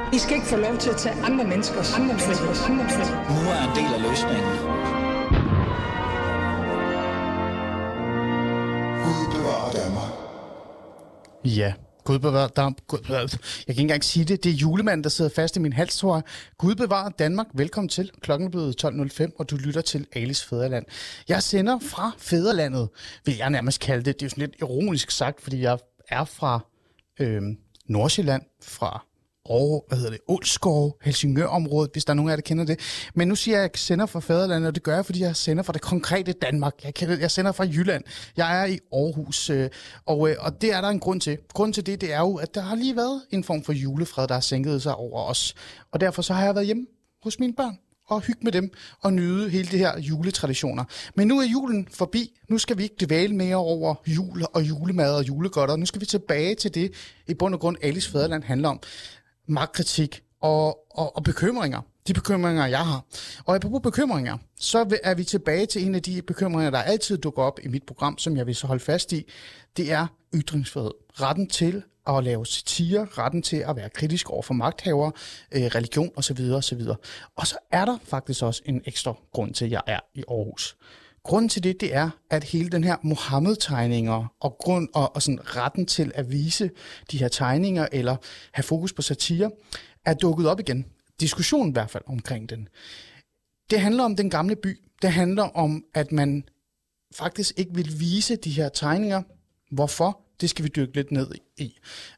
I skal ikke få lov til at tage andre menneskers frihed. Nu er en del af løsningen. Gud bevarer Danmark. Ja, Gud bevarer Danmark. Jeg kan ikke engang sige det. Det er julemanden, der sidder fast i min hals, tror jeg. Gud bevarer Danmark. Velkommen til. Klokken er blevet 12.05, og du lytter til Alis Fædreland. Jeg sender fra Fædrelandet, vil jeg nærmest kalde det. Det er jo sådan lidt ironisk sagt, fordi jeg er fra Nordsjælland, fra Ålskov, Helsingør-området, hvis der er nogen af jer, der kender det. Men nu siger jeg, at jeg sender fra Fædrelandet, og det gør jeg, fordi jeg sender fra det konkrete Danmark. Jeg sender fra Jylland. Jeg er i Aarhus, og det er der en grund til. Grunden til det er jo, at der har lige været en form for julefred, der har sænket sig over os. Og derfor så har jeg været hjemme hos mine børn og hygge med dem og nyde hele det her juletraditioner. Men nu er julen forbi. Nu skal vi ikke dvæle mere over jul og julemad og julegodter. Nu skal vi tilbage til det, i bund og grund Alis Fædreland handler om. Magtkritik og bekymringer. De bekymringer, jeg har. Og apropos bekymringer, så er vi tilbage til en af de bekymringer, der altid dukker op i mit program, som jeg vil så holde fast i. Det er ytringsfrihed. Retten til at lave satire, retten til at være kritisk over for magthavere, religion osv. osv. Og så er der faktisk også en ekstra grund til, at jeg er i Aarhus. Grunden til det er, at hele den her Mohammed-tegninger og sådan retten til at vise de her tegninger eller have fokus på satire, er dukket op igen. Diskussionen i hvert fald omkring den. Det handler om den gamle by. Det handler om, at man faktisk ikke vil vise de her tegninger. Hvorfor? Det skal vi dykke lidt ned i.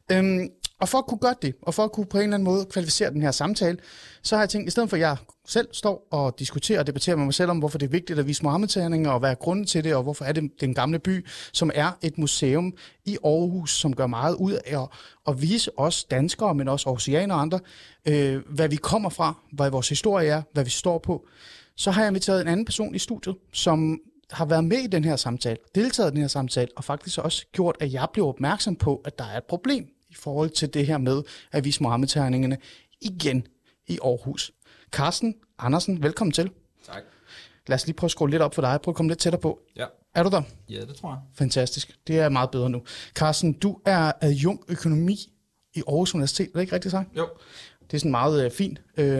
Og for at kunne gøre det, og for at kunne på en eller anden måde kvalificere den her samtale, så har jeg tænkt, i stedet for at jeg selv står og diskuterer og debatterer med mig selv om, hvorfor det er vigtigt at vise Mohammed-tegninger, og hvad er grunden til det, og hvorfor er det den gamle by, som er et museum i Aarhus, som gør meget ud af at vise os danskere, men også aarhusianere og andre, hvad vi kommer fra, hvad vores historie er, hvad vi står på. Så har jeg inviteret en anden person i studiet, som har været med i den her samtale, deltaget i den her samtale, og faktisk også gjort, at jeg blev opmærksom på, at der er et problem i forhold til det her med at vise Mohammed-tegningerne igen i Aarhus. Carsten Andersen, velkommen til. Tak. Lad os lige prøve at skrue lidt op for dig. Prøv at komme lidt tættere på. Ja. Er du der? Ja, det tror jeg. Fantastisk. Det er meget bedre nu. Carsten, du er adjunkt økonomi i Aarhus Universitet. Er det ikke rigtigt sagt? Jo. Det er sådan en meget fin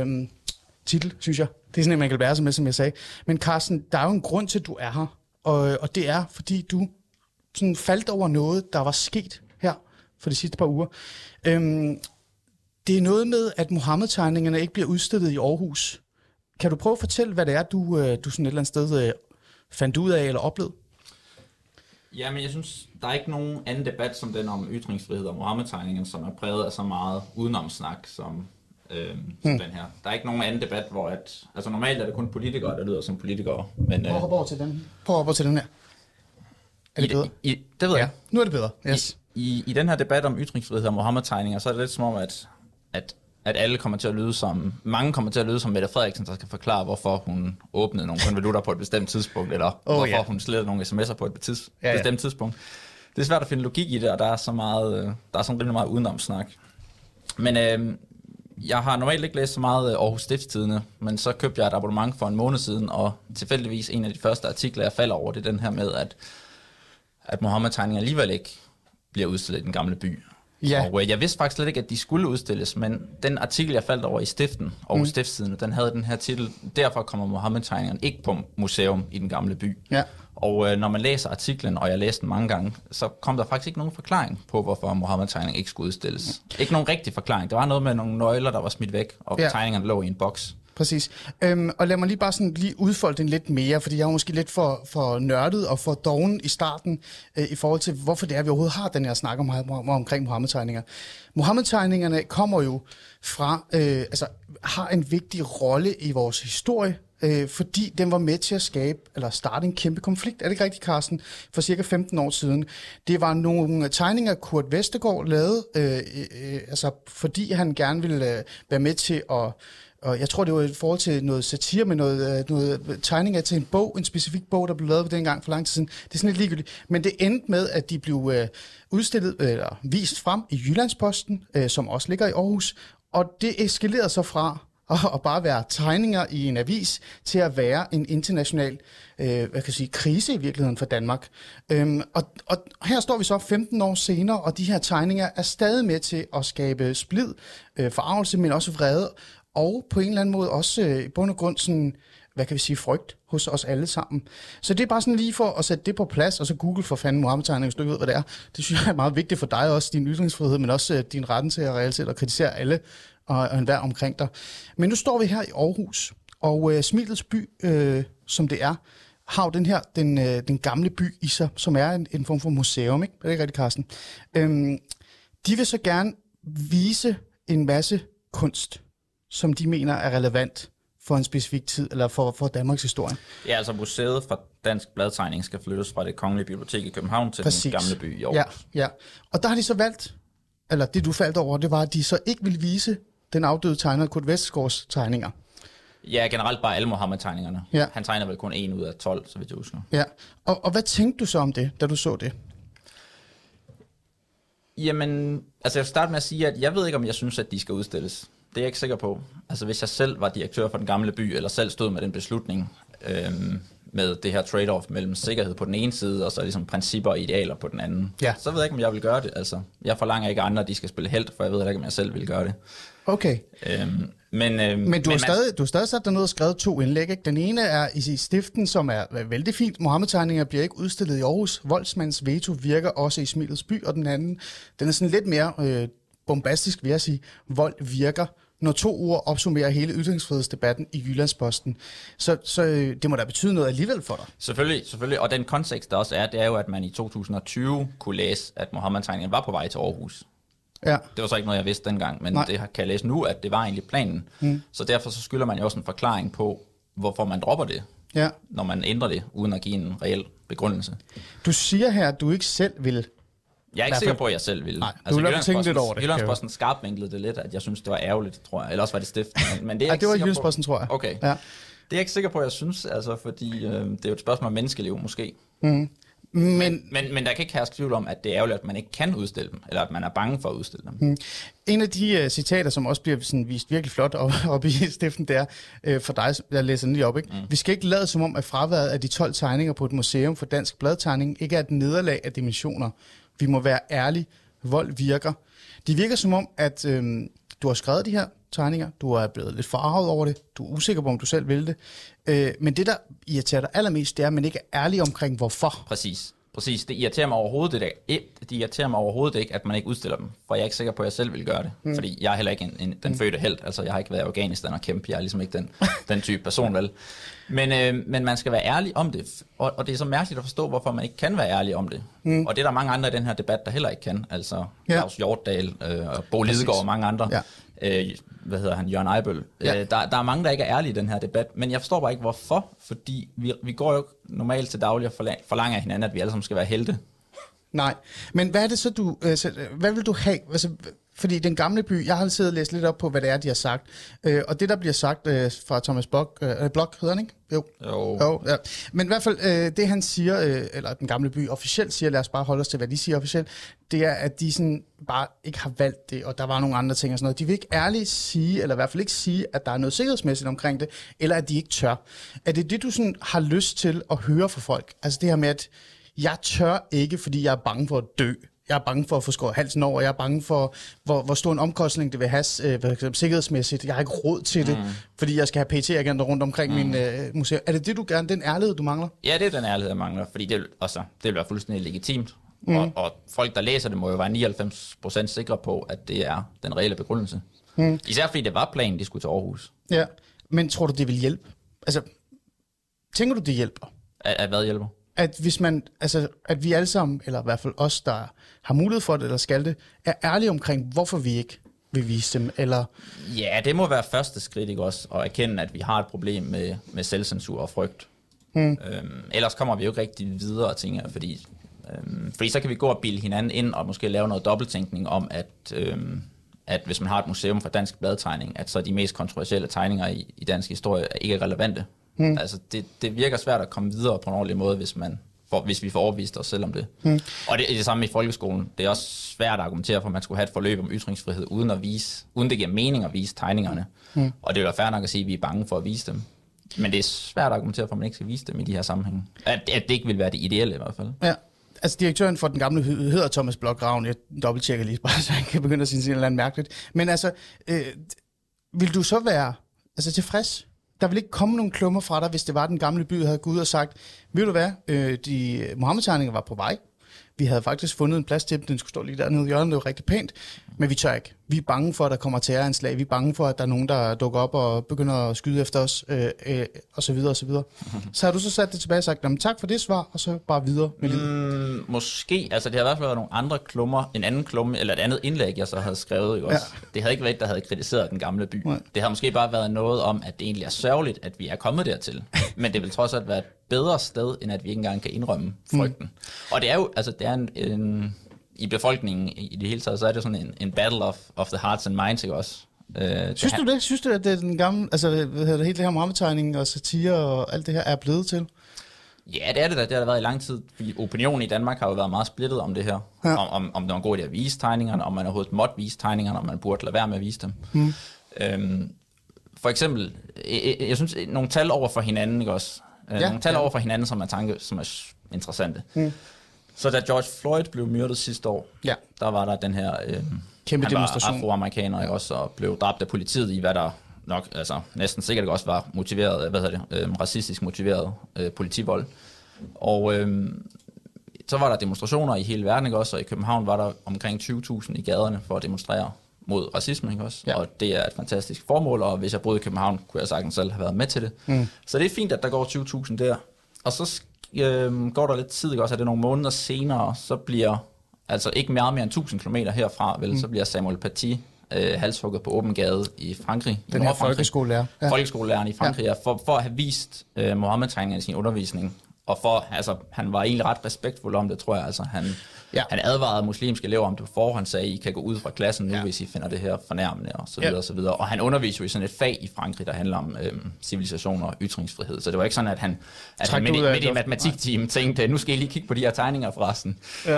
titel, synes jeg. Det er sådan en, man kan være med, som jeg sagde. Men Carsten, der er jo en grund til, at du er her. Og det er, fordi du sådan faldt over noget, der var sket her for de sidste par uger. Det er noget med, at Mohammed-tegningerne ikke bliver udstillet i Aarhus. Kan du prøve at fortælle, hvad det er, du sådan et eller andet sted fandt ud af eller oplevede? Jamen, jeg synes, der er ikke nogen anden debat som den om ytringsfrihed og Mohammed-tegningerne, som er præget af så meget udenomsnak som den her. Der er ikke nogen anden debat, hvor at... Altså, normalt er det kun politikere, der lyder som politikere, men... Prøv at hoppe over til den. Prøv at hoppe over til den her. Er det bedre? Det ved jeg. Nu er det bedre, yes. I den her debat om ytringsfrihed og Mohammed-tegninger, så er det lidt som om, at alle kommer til at lyde som... Mange kommer til at lyde som Mette Frederiksen, der skal forklare, hvorfor hun åbnede nogle konvolutter på et bestemt tidspunkt, eller hvorfor hun slettede nogle sms'er på et bestemt tidspunkt. Det er svært at finde logik i det, og der er sådan rimelig meget udenomsnak. Men jeg har normalt ikke læst så meget Aarhus Stiftstidende, men så købte jeg et abonnement for en måned siden, og tilfældigvis en af de første artikler, jeg falder over, det er den her med, at Mohammed-tegninger alligevel ikke bliver udstillet i den gamle by. Ja. Og jeg vidste faktisk slet ikke, at de skulle udstilles, men den artikel, jeg faldt over i Stiften, Aarhus Stiftstidende, den havde den her titel, derfor kommer Mohammed-tegningerne ikke på museum i den gamle by. Ja. Og når man læser artiklen, og jeg læste den mange gange, så kom der faktisk ikke nogen forklaring på, hvorfor Mohammed-tegninger ikke skulle udstilles. Ikke nogen rigtig forklaring. Det var noget med nogle nøgler, der var smidt væk, og tegningerne lå i en boks. Præcis. Og lad mig lige bare sådan lige udfolde den lidt mere, fordi jeg er måske lidt for nørdet og for doven i starten i forhold til, hvorfor det er, vi overhovedet har den her snak omkring Mohammed-tegninger. Mohammed-tegningerne kommer jo fra, har en vigtig rolle i vores historie, fordi den var med til at starte en kæmpe konflikt. Er det ikke rigtigt, Carsten? For cirka 15 år siden. Det var nogle tegninger, Kurt Vestergaard lavede, fordi han gerne ville være med til at... Og jeg tror, det var i forhold til noget satire med noget tegninger til en bog, en specifik bog, der blev lavet dengang for lang tid siden. Det er sådan lidt ligegyldigt. Men det endte med, at de blev udstillet eller vist frem i Jyllandsposten, som også ligger i Aarhus. Og det eskalerede så fra og bare være tegninger i en avis til at være en international krise i virkeligheden for Danmark. Og her står vi så 15 år senere, og de her tegninger er stadig med til at skabe splid, forargelse, men også vrede, og på en eller anden måde også i bund og grund sådan, frygt hos os alle sammen. Så det er bare sådan lige for at sætte det på plads, og så Google for fanden Muhammed-tegninger, hvis du ikke ved, hvad det er. Det synes jeg er meget vigtigt for dig også, din ytringsfrihed, men også din retten til at reelt at kritisere alle og enhver omkring dig. Men nu står vi her i Aarhus, og Smilets by, som det er, har jo den gamle by i sig, som er en form for museum, ikke? Er det ikke rigtigt, Carsten? De vil så gerne vise en masse kunst, som de mener er relevant for en specifik tid, eller for Danmarks historie. Ja, altså museet for Dansk Bladtegning skal flyttes fra det Kongelige Bibliotek i København til den gamle by i Aarhus. Ja. Og der har de så valgt, eller det du faldt over, det var, at de så ikke ville vise den afdøde tegner Kurt Vestergaards tegninger. Ja, generelt bare alle Muhammed-tegningerne. Ja. Han tegner vel kun 1 ud af 12, så vidt jeg husker. Ja, og hvad tænkte du så om det, da du så det? Jamen, altså jeg vil starte med at sige, at jeg ved ikke, om jeg synes, at de skal udstilles. Det er jeg ikke sikker på. Altså hvis jeg selv var direktør for den gamle by, eller selv stod med den beslutning, med det her trade-off mellem sikkerhed på den ene side, og så ligesom principper og idealer på den anden, så ved jeg ikke, om jeg vil gøre det. Altså, jeg forlanger ikke andre, at de skal spille helt, for jeg ved ikke, om jeg selv vil gøre det. Okay. Men du har stadig sat dig ned og skrevet 2 indlæg, ikke? Den ene er i stiften, som er vældig fint. Muhammed-tegninger bliver ikke udstillet i Aarhus. Voldsmands veto virker også i Smilets by, og den anden, den er sådan lidt mere bombastisk, vil jeg sige. Vold virker, når 2 ord opsummerer hele ytringsfrihedsdebatten i Jyllandsposten. Så det må da betyde noget alligevel for dig. Selvfølgelig. Og den kontekst, der også er, det er jo, at man i 2020 kunne læse, at Muhammed-tegningen var på vej til Aarhus. Ja. Det var så ikke noget, jeg vidste dengang, men det kan jeg læse nu, at det var egentlig planen. Så derfor så skylder man jo også en forklaring på, hvorfor man dropper det, når man ændrer det, uden at give en reel begrundelse. Du siger her, at du ikke selv vil. Jeg er ikke sikker på, at jeg selv ville. Nej, du vil altså, tænke lidt over det. Jyllandsposten skarpvinklede det lidt, at jeg synes, det var ærgerligt, tror jeg. Eller også var det stift. Men det er det var Jyllandsposten, tror jeg. Okay. Ja. Det er jeg ikke sikker på, at jeg synes, altså, fordi det er jo et spørgsmål om menneskeliv, måske. Men der kan ikke herske tvivl om, at det er ærgerligt, at man ikke kan udstille dem, eller at man er bange for at udstille dem. En af de citater, som også bliver sådan vist virkelig flot op i stiften, det er for dig, jeg læser den lige op, ikke? Vi skal ikke lade som om, at fraværet af de 12 tegninger på et museum for dansk bladtegning ikke er et nederlag af dimensioner. Vi må være ærlige. Vold virker. Det virker som om, at du har skrevet de her tegninger, du er blevet lidt forarvet over det, du er usikker på, om du selv vil det. Men det, der irriterer dig allermest, det er, at man ikke er ærlig omkring, hvorfor. Præcis. Det irriterer mig overhovedet ikke, at man ikke udstiller dem, for jeg er ikke sikker på, at jeg selv vil gøre det. Fordi jeg er heller ikke den fødte helt. Altså, jeg har ikke været i Afghanistan og kæmpe. Jeg er ligesom ikke den type person, vel? Men man skal være ærlig om det, og det er så mærkeligt at forstå, hvorfor man ikke kan være ærlig om det. Og det er der mange andre i den her debat, der heller ikke kan. Altså, Claus Hjortdal, Bo Lidegaard og mange andre. Jørgen Ejbøl. Der er mange, der ikke er ærlige i den her debat, men jeg forstår bare ikke, hvorfor, fordi vi går jo normalt til daglig og forlanger af hinanden, at vi alle sammen skal være helte. Nej, men hvad er det så, hvad vil du have? Altså, fordi den gamle by, jeg har siddet og læst lidt op på, hvad det er, de har sagt, og det, der bliver sagt fra Thomas Blok, hedder han ikke? Jo. Ja. Men i hvert fald, det han siger, eller den gamle by officielt siger, lad os bare holde os til, hvad de siger officielt, det er, at de sådan bare ikke har valgt det, og der var nogle andre ting og sådan noget. De vil ikke ærligt sige, eller i hvert fald ikke sige, at der er noget sikkerhedsmæssigt omkring det, eller at de ikke tør. Er det det, du sådan har lyst til at høre fra folk? Altså det her med, at jeg tør ikke, fordi jeg er bange for at dø. Jeg er bange for at få skåret halsen over. Jeg er bange for, hvor stor en omkostning det vil have sikkerhedsmæssigt. Jeg har ikke råd til det, fordi jeg skal have PT-agenter rundt omkring min museum. Er det det, du gerne, den ærlighed, du mangler? Ja, det er den ærlighed, jeg mangler, fordi det vil være fuldstændig legitimt. Og folk, der læser det, må jo være 99% sikre på, at det er den reelle begrundelse. Især fordi det var planen, de skulle til Aarhus. Ja, men tror du, det vil hjælpe? Altså, tænker du, det hjælper? At hvad hjælper? At hvis man, altså, at vi alle sammen, eller i hvert fald os, der har mulighed for det, eller skal det, er ærlige omkring, hvorfor vi ikke vil vise dem, eller... Ja, det må være første skridt, ikke også, at erkende, at vi har et problem med selvcensur og frygt. Ellers kommer vi jo ikke rigtig videre, tænker jeg, fordi så kan vi gå og bilde hinanden ind, og måske lave noget dobbelttænkning om, at hvis man har et museum for dansk bladtegning, at så de mest kontroversielle tegninger i dansk historie ikke er relevante. Altså, det virker svært at komme videre på en ordentlig måde, hvis man hvis vi får overbevist os selv om det. Og det er det samme i folkeskolen. Det er også svært at argumentere for, at man skulle have et forløb om ytringsfrihed, uden det giver mening at vise tegningerne. Og det er jo fair nok at sige, at vi er bange for at vise dem. Men det er svært at argumentere for, at man ikke skal vise dem i de her sammenhænge. At det ikke vil være det ideelle i hvert fald. Ja. Altså direktøren for den gamle hedder Thomas Blok-Ravn. Jeg dobbelttjekker lige bare, så han kan begynde at sige noget andet mærkeligt. Men altså, vil du så være tilfreds? Der vil ikke komme nogen klummer fra dig, hvis det var den gamle by, der havde gået ud og sagt, ved du hvad, de Muhammed-tegninger var på vej. Vi havde faktisk fundet en plads til dem, den skulle stå lige dernede i hjørnet, det var rigtig pænt, men vi tør ikke. Vi er bange for, at der kommer terroranslag, vi er bange for, at der er nogen, der dukker op og begynder at skyde efter os, og så videre, og så videre. Så har du så sat det tilbage og sagt, tak for det svar, og så bare videre med livet? Måske, altså det har i hvert fald været nogle andre klummer, en anden klumme, eller et andet indlæg, jeg så havde skrevet, ikke også? Ja. Det havde ikke været, der havde kritiseret den gamle by. Nej. Det har måske bare været noget om, at det egentlig er sørgeligt, at vi er kommet dertil. Men det vil trods alt være et bedre sted, end at vi ikke engang kan indrømme frygten. Og det er jo, altså det er en i befolkningen i det hele taget, så er det sådan en battle of the hearts and minds, ikke også? Synes du det? Synes du, at det er den gamle, altså hele det her Muhammed-tegning og satire og alt det her er blevet til? Ja, det er det da. Det har der været i lang tid. Fordi opinionen i Danmark har jo været meget splittet om det her. Ja. Om det var en god idé at vise tegningerne, om man overhovedet måtte vise tegningerne, om man burde lade være med at vise dem. For eksempel, jeg synes, nogle tal over for hinanden, ikke også? Nogle tal over for hinanden, som er interessante. Så da George Floyd blev myrdet sidste år, der var der den her kæmpe demonstration. Afroamerikaner, ikke også, og blev dræbt af politiet i, hvad der nok, altså næsten sikkert også var motiveret, racistisk motiveret politivold. Og så var der demonstrationer i hele verden, ikke også, og i København var der omkring 20.000 i gaderne for at demonstrere mod racisme, ikke også? Ja. Og det er et fantastisk formål, og hvis jeg boede i København, kunne jeg sagtens selv have været med til det. Så det er fint, at der går 20.000 der. Og så går der lidt tid, ikke også, at det nogle måneder senere, så bliver, altså ikke meget mere end 1000 kilometer herfra, vel, så bliver Samuel Paty halshugget på åben gade i Frankrig. Den her folkeskolelærer. Ja. Folkeskolelæreren i Frankrig, for at have vist Mohammed-tegningerne i sin undervisning. Og for, altså, han var egentlig ret respektfuld om det, tror jeg. Altså, han advarede muslimske elever om det på forhånd, sagde, I kan gå ud fra klassen nu, hvis I finder det her fornærmende, og så videre, og så videre. Og han underviser jo i sådan et fag i Frankrig, der handler om civilisation og ytringsfrihed. Så det var ikke sådan, at han midt i matematikteam tænkte, nu skal I lige kigge på de her tegninger forresten. Ja.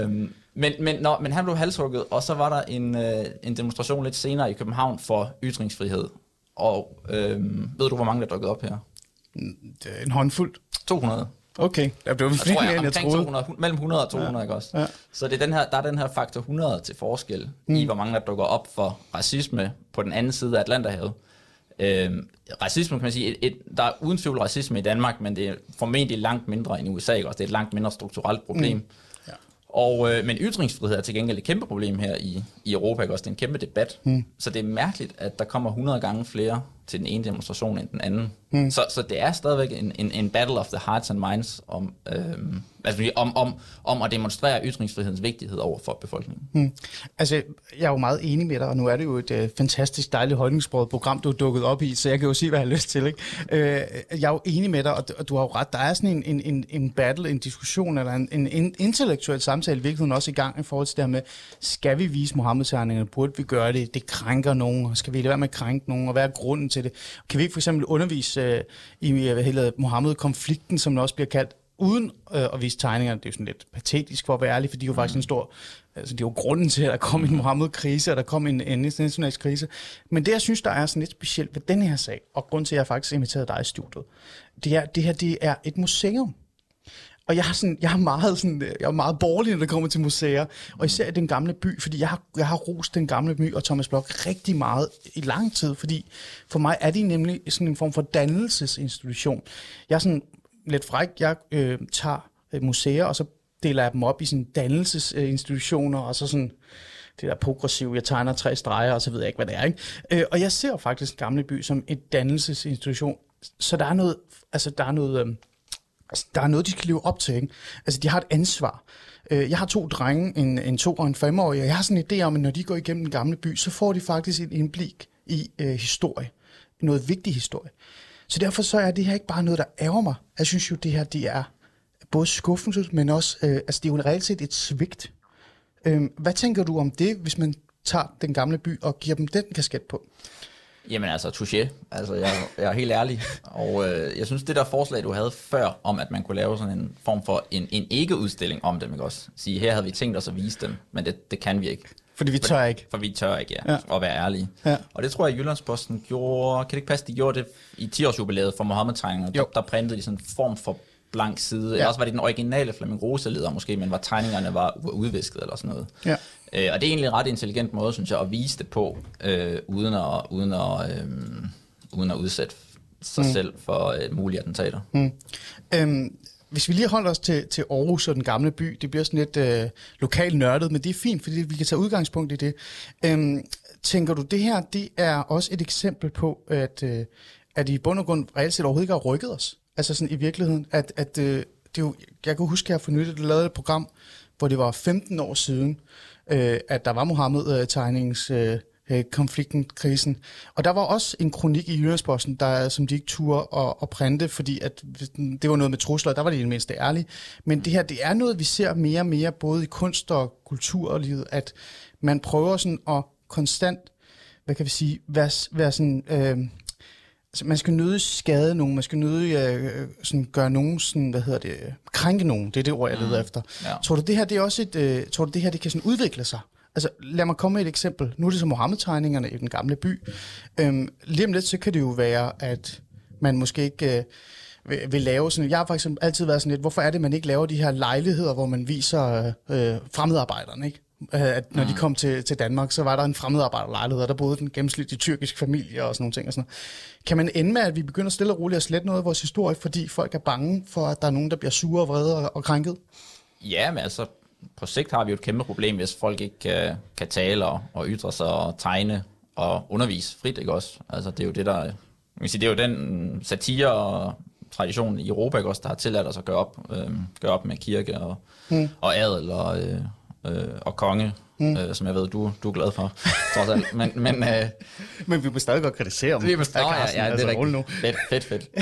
Men han blev halshugget, og så var der en demonstration lidt senere i København for ytringsfrihed. Og ved du, hvor mange der dukkede op her? En håndfuld. 200. Okay, det var flere mere, end jeg troede. 200, mellem 100 og 200, ikke også? Ja. Så det er der er den her faktor 100 til forskel i, hvor mange der dukker op for racisme på den anden side af Atlanterhavet. Racisme, kan man sige, der er uden tvivl racisme i Danmark, men det er formentlig langt mindre end i USA, ikke også? Det er et langt mindre strukturelt problem. Men ytringsfrihed er til gengæld et kæmpe problem her i Europa, ikke også? Det er en kæmpe debat. Så det er mærkeligt, at der kommer 100 gange flere til den ene demonstration end den anden. Så det er stadigvæk en battle of the hearts and minds om at demonstrere ytringsfrihedens vigtighed over for befolkningen. Altså, jeg er jo meget enig med dig, og nu er det jo et fantastisk dejligt holdningsbåret program, du er dukket op i, så jeg kan jo sige, hvad jeg har lyst til. Ikke? Jeg er jo enig med dig, og du har jo ret. Der er sådan en battle, en diskussion, eller en intellektuel samtale i virkeligheden også i gang i forhold til det her med, skal vi vise Muhammed-tegningerne? Burde vi gøre det? Det krænker nogen. Skal vi lade være med at krænke nogen? Og hvad er grunden til det? Kan vi ikke for eksempel undervise i Muhammed-konflikten, som den også bliver kaldt, uden at vise tegninger? Det er jo sådan lidt patetisk for at være ærlig, for de er jo faktisk en stor... Altså, det er jo grunden til, at der kom en Muhammed-krise, og der kom en international krise. Men det, jeg synes, der er sådan lidt specielt ved den her sag, og grund til, at jeg faktisk inviteret dig i studiet, det er et museum. Og jeg er meget borgerlig, når det kommer til museer, og især i den gamle by, fordi jeg har rost den gamle by og Thomas Blok rigtig meget i lang tid, fordi for mig er de nemlig sådan en form for dannelsesinstitution. Jeg er sådan lidt fræk, jeg tager museer, og så deler jeg dem op i sådan dannelsesinstitutioner, og så sådan det der progressive, jeg tegner 3 streger, og så ved jeg ikke, hvad det er, ikke? Og jeg ser faktisk den gamle by som et dannelsesinstitution, så der er noget, de skal leve op til, ikke? Altså, de har et ansvar. Jeg har 2 drenge, en 2- og en 5-årig, og jeg har sådan en idé om, at når de går igennem den gamle by, så får de faktisk et indblik i historie. Noget vigtig historie. Så derfor så er det her ikke bare noget, der ærger mig. Jeg synes jo, det her, det er både skuffelse, men også, det er jo reelt set et svigt. Hvad tænker du om det, hvis man tager den gamle by og giver dem den kasket på? Jamen altså, touché. Altså, jeg er helt ærlig. Og jeg synes, det der forslag, du havde før, om at man kunne lave sådan en form for en ikke-udstilling om dem, ikke også? Sige, her havde vi tænkt os at vise dem, men det kan vi ikke. Fordi vi tør ikke. For vi tør ikke, ja. At være ærlige. Ja. Og det tror jeg, Jyllandsposten gjorde... Kan det ikke passe, de gjorde det i 10-årsjubilæet for Mohammed-tegningerne? Der printede de sådan en form for blank side. Eller også var det den originale Flemming Rose-leder måske, men hvor tegningerne var udvisket eller sådan noget. Ja. Og det er egentlig en ret intelligent måde, synes jeg, at vise det på, uden at udsætte sig selv for mulige attentater. Hvis vi lige holder os til Aarhus og den gamle by, det bliver sådan lidt lokalt nørdet, men det er fint, fordi vi kan tage udgangspunkt i det. Tænker du, det her, det er også et eksempel på, at i bund og grund reelt set overhovedet ikke har rykket os? Altså sådan i virkeligheden, at det jo, jeg kan huske her for nylig, at du lavede et program, hvor det var 15 år siden, at der var Mohammed-tegnings konflikten, krisen. Og der var også en kronik i Jyllandsposten, som de ikke turde at printe, fordi at det var noget med trusler, der var de mindste ærlige. Men det her, det er noget, vi ser mere og mere, både i kunst og kulturlivet, at man prøver sådan at konstant, hvad kan vi sige, være sådan... man skal nødig skade nogen, man skal nødig sådan gøre nogen sådan, krænke nogen, det er det ord, jeg leder efter. Ja. Tror du, det her, det er også tror du, det her, det kan sådan udvikle sig? Altså, lad mig komme med et eksempel. Nu er det så Mohammed-tegningerne i den gamle by. Lige om lidt, så kan det jo være, at man måske ikke vil lave sådan... Jeg har faktisk altid været sådan lidt, hvorfor er det, man ikke laver de her lejligheder, hvor man viser fremmedarbejderne, ikke? At når de kom til Danmark, så var der en fremmedarbejderlejlighed, og der boede den gennemsnitlige tyrkiske familie og sådan nogle ting. Og sådan noget. Kan man ende med, at vi begynder stille og roligt at slette noget af vores historie, fordi folk er bange for, at der er nogen, der bliver sure og vrede og krænket? Ja, men altså, på sigt har vi jo et kæmpe problem, hvis folk ikke kan tale og ytre sig og tegne og undervise frit, ikke også? Altså, det er jo det, der... Det er jo den satire og tradition i Europa, ikke også, der har tilladt os at gøre op med kirke og adel og konge, som jeg ved, du er glad for, trods alt. Men vi må stadig godt kritisere om. Ja, det er rigtigt.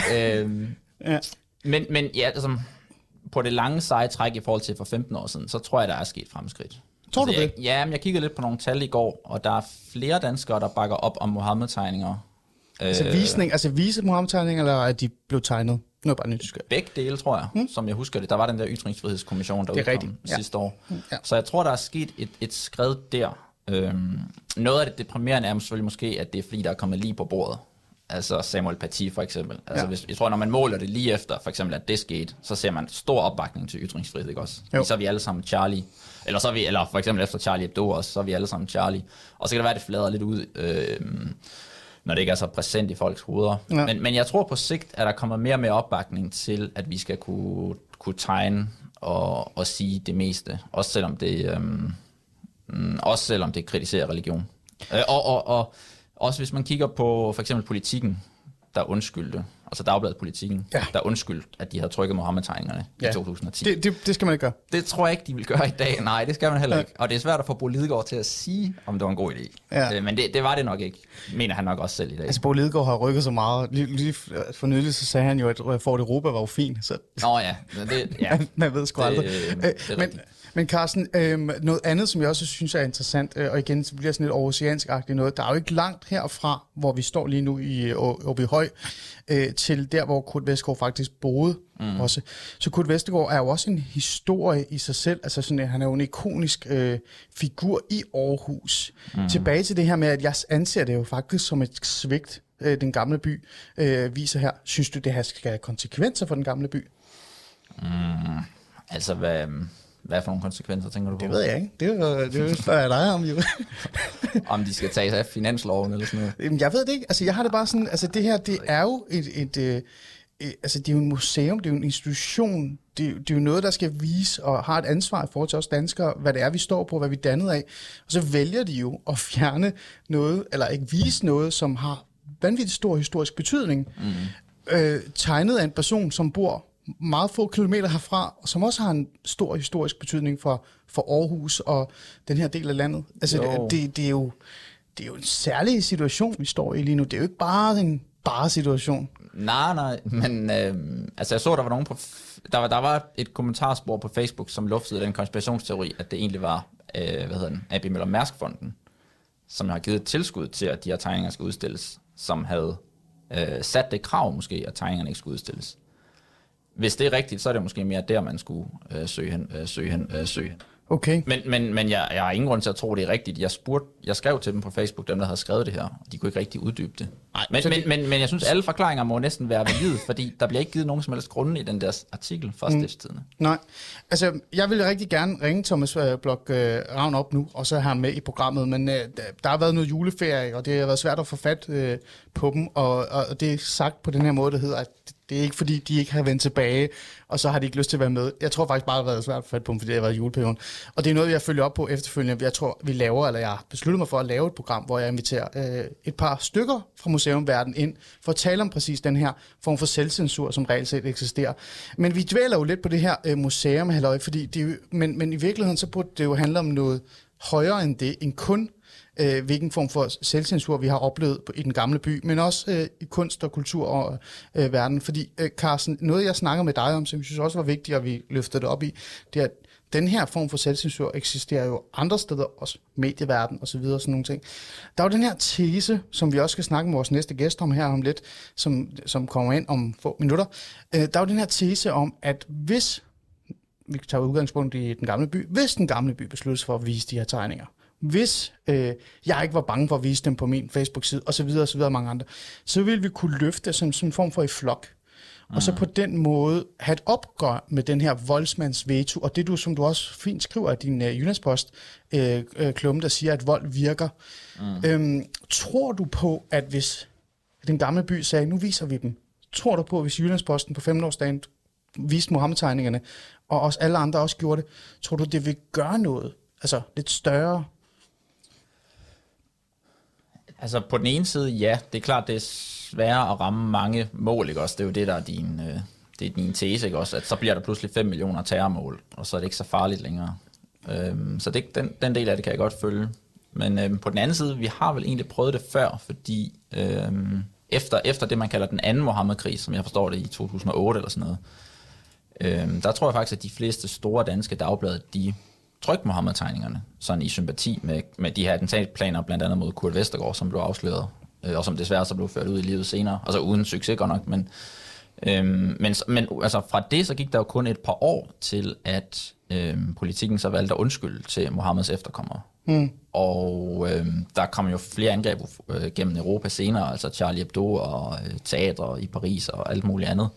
Fedt. Men ja, altså, på det lange seje træk i forhold til for 15 år siden, så tror jeg, der er sket fremskridt. Tror du det? Ja, men jeg kiggede lidt på nogle tal i går, og der er flere danskere, der bakker op om Mohammed-tegninger. Altså vise Mohammed-tegninger, eller er de blevet tegnet? Nu er bare nyt. Begge dele, tror jeg, som jeg husker det. Der var den der ytringsfrihedskommission, der udkom sidste år. Ja. Så jeg tror, der er sket et skred der. Noget af det deprimerende er selvfølgelig måske, at det er fordi, der er kommet lige på bordet. Altså Samuel Paty for eksempel. Altså, jeg tror, når man måler det lige efter, for eksempel, at det skete, så ser man stor opbakning til ytringsfrihed, ikke også? Så er vi alle sammen Charlie. Eller for eksempel efter Charlie Hebdo også, så er vi alle sammen Charlie. Og så kan det være, at det flader lidt ud, når det ikke er så præsent i folks hoveder. Ja. Men jeg tror på sigt, at der kommer mere og mere opbakning til, at vi skal kunne tegne og sige det meste. Også selvom det kritiserer religion. Og også hvis man kigger på for eksempel Politikken, der undskyldte, altså Dagbladet Politikken, der undskyldte, at de havde trykket Mohammed-tegningerne i 2010. Det skal man ikke gøre. Det tror jeg ikke, de vil gøre i dag. Nej, det skal man heller ikke. Og det er svært at få Bo Lidegaard til at sige, om det var en god idé. Ja. Men det var det nok ikke, mener han nok også selv i dag. Altså Bo Lidegaard har rykket så meget. Lige for nylig, så sagde han jo, at Fort Europa var jo fint. Så... Nå ja. Man ved sgu aldrig. Men Carsten, noget andet, som jeg også synes er interessant, og igen, så bliver sådan lidt oceansk-agtigt noget, der er jo ikke langt herfra, hvor vi står lige nu i Åbyhøj, til der, hvor Kurt Vestergaard faktisk boede også. Så Kurt Vestergaard er jo også en historie i sig selv, altså sådan, han er jo en ikonisk figur i Aarhus. Tilbage til det her med, at jeg anser det jo faktisk som et svigt, den gamle by viser her. Synes du, det her skal have konsekvenser for den gamle by? Altså, hvad for nogle konsekvenser, tænker du på? Det ved jeg ikke. Det spørger jeg dig om, jo. Om de skal tage sig af finansloven eller sådan noget? Jeg ved det ikke. Altså, jeg har det bare sådan... Altså, det her, det er jo altså, det er jo en museum, det er jo en institution. Det er jo noget, der skal vise og har et ansvar i forhold til os danskere, hvad det er, vi står på, hvad vi er dannet af. Og så vælger de jo at fjerne noget, eller ikke vise noget, som har vanvittigt stor historisk betydning. Tegnet af en person, som bor meget få kilometer herfra, og som også har en stor historisk betydning for Aarhus og den her del af landet. Altså, det er jo en særlig situation, vi står i lige nu. Det er jo ikke bare en situation. Nej, men altså jeg så, der var nogen på... Der var et kommentarspor på Facebook, som luftede den konspirationsteori, at det egentlig var, AB Møller Mærsk Fonden, som har givet et tilskud til, at de her tegninger skal udstilles. som havde sat det krav måske, at tegningerne ikke skulle udstilles. Hvis det er rigtigt, så er det måske mere der, man skulle søge hen. Okay. Men jeg har ingen grund til at tro, det er rigtigt. Jeg skrev til dem på Facebook, dem der havde skrevet det her, og de kunne ikke rigtig uddybe det. Men jeg synes, alle forklaringer må næsten være valide, fordi der bliver ikke givet nogen som helst grunde i den der artikel fra Stiftstidende. Nej, altså jeg vil rigtig gerne ringe Thomas Blok Ravn op nu, og så have ham med i programmet, men der har været noget juleferie, og det har været svært at få fat på dem, og det er sagt på den her måde, der hedder, at det er ikke fordi, de ikke har vendt tilbage, og så har de ikke lyst til at være med. Jeg tror faktisk bare, det har været svært at få fat på dem, fordi det har været juleperioden. Og det er noget, jeg følger op på efterfølgende. Jeg tror, jeg har besluttet mig for at lave et program, hvor jeg inviterer et par stykker fra museumverdenen ind, for at tale om præcis den her form for selvcensur, som reelt set eksisterer. Men vi dvæler jo lidt på det her museum, halløj, fordi men i virkeligheden så burde det jo handle om noget højere end det, end kun hvilken form for selvcensur vi har oplevet i den gamle by, men også i kunst og kultur og verden. Fordi, Carsten, noget jeg snakker med dig om, som jeg synes også var vigtigt, at vi løftede det op i, det er, at den her form for selvcensur eksisterer jo andre steder, også medieverden og så videre, sådan nogle ting. Der er jo den her tese, som vi også skal snakke med vores næste gæst om her om lidt, som kommer ind om få minutter. Der er jo den her tese om, at hvis vi tager udgangspunkt i den gamle by, hvis den gamle by besluttes for at vise de her tegninger, hvis jeg ikke var bange for at vise dem på min Facebook-side, og så videre, mange andre, så ville vi kunne løfte som en form for i flok. Og så på den måde have et opgør med den her voldsmands veto, og det som du også fint skriver i din Jyllandspost, klumme, der siger, at vold virker. Tror du på, at hvis den gamle by sagde, nu viser vi dem, tror du på, at hvis Jyllandsposten på 5-årsdagen viste Muhammed-tegningerne, og også alle andre også gjorde det, tror du, det vil gøre noget? Altså lidt større? Altså på den ene side, ja, det er klart, det er sværere at ramme mange mål, ikke også? Det er jo det, der er din tese, ikke også? At så bliver der pludselig 5 millioner terrormål, og så er det ikke så farligt længere. Så den del af det kan jeg godt følge. Men på den anden side, vi har vel egentlig prøvet det før, fordi efter det, man kalder den anden Mohammed-krig, som jeg forstår det i 2008 eller sådan noget, der tror jeg faktisk, at de fleste store danske dagblade, de trykte Mohammed-tegningerne, sådan i sympati med de her attentatplaner, blandt andet mod Kurt Vestergaard, som blev afsløret, og som desværre så blev ført ud i livet senere, altså uden succes godt nok, men altså fra det, så gik der jo kun et par år til, at politikken så valgte at undskylde til Mohammeds efterkommere. Og der kom jo flere angreb gennem Europa senere, altså Charlie Hebdo og teatre i Paris og alt muligt andet.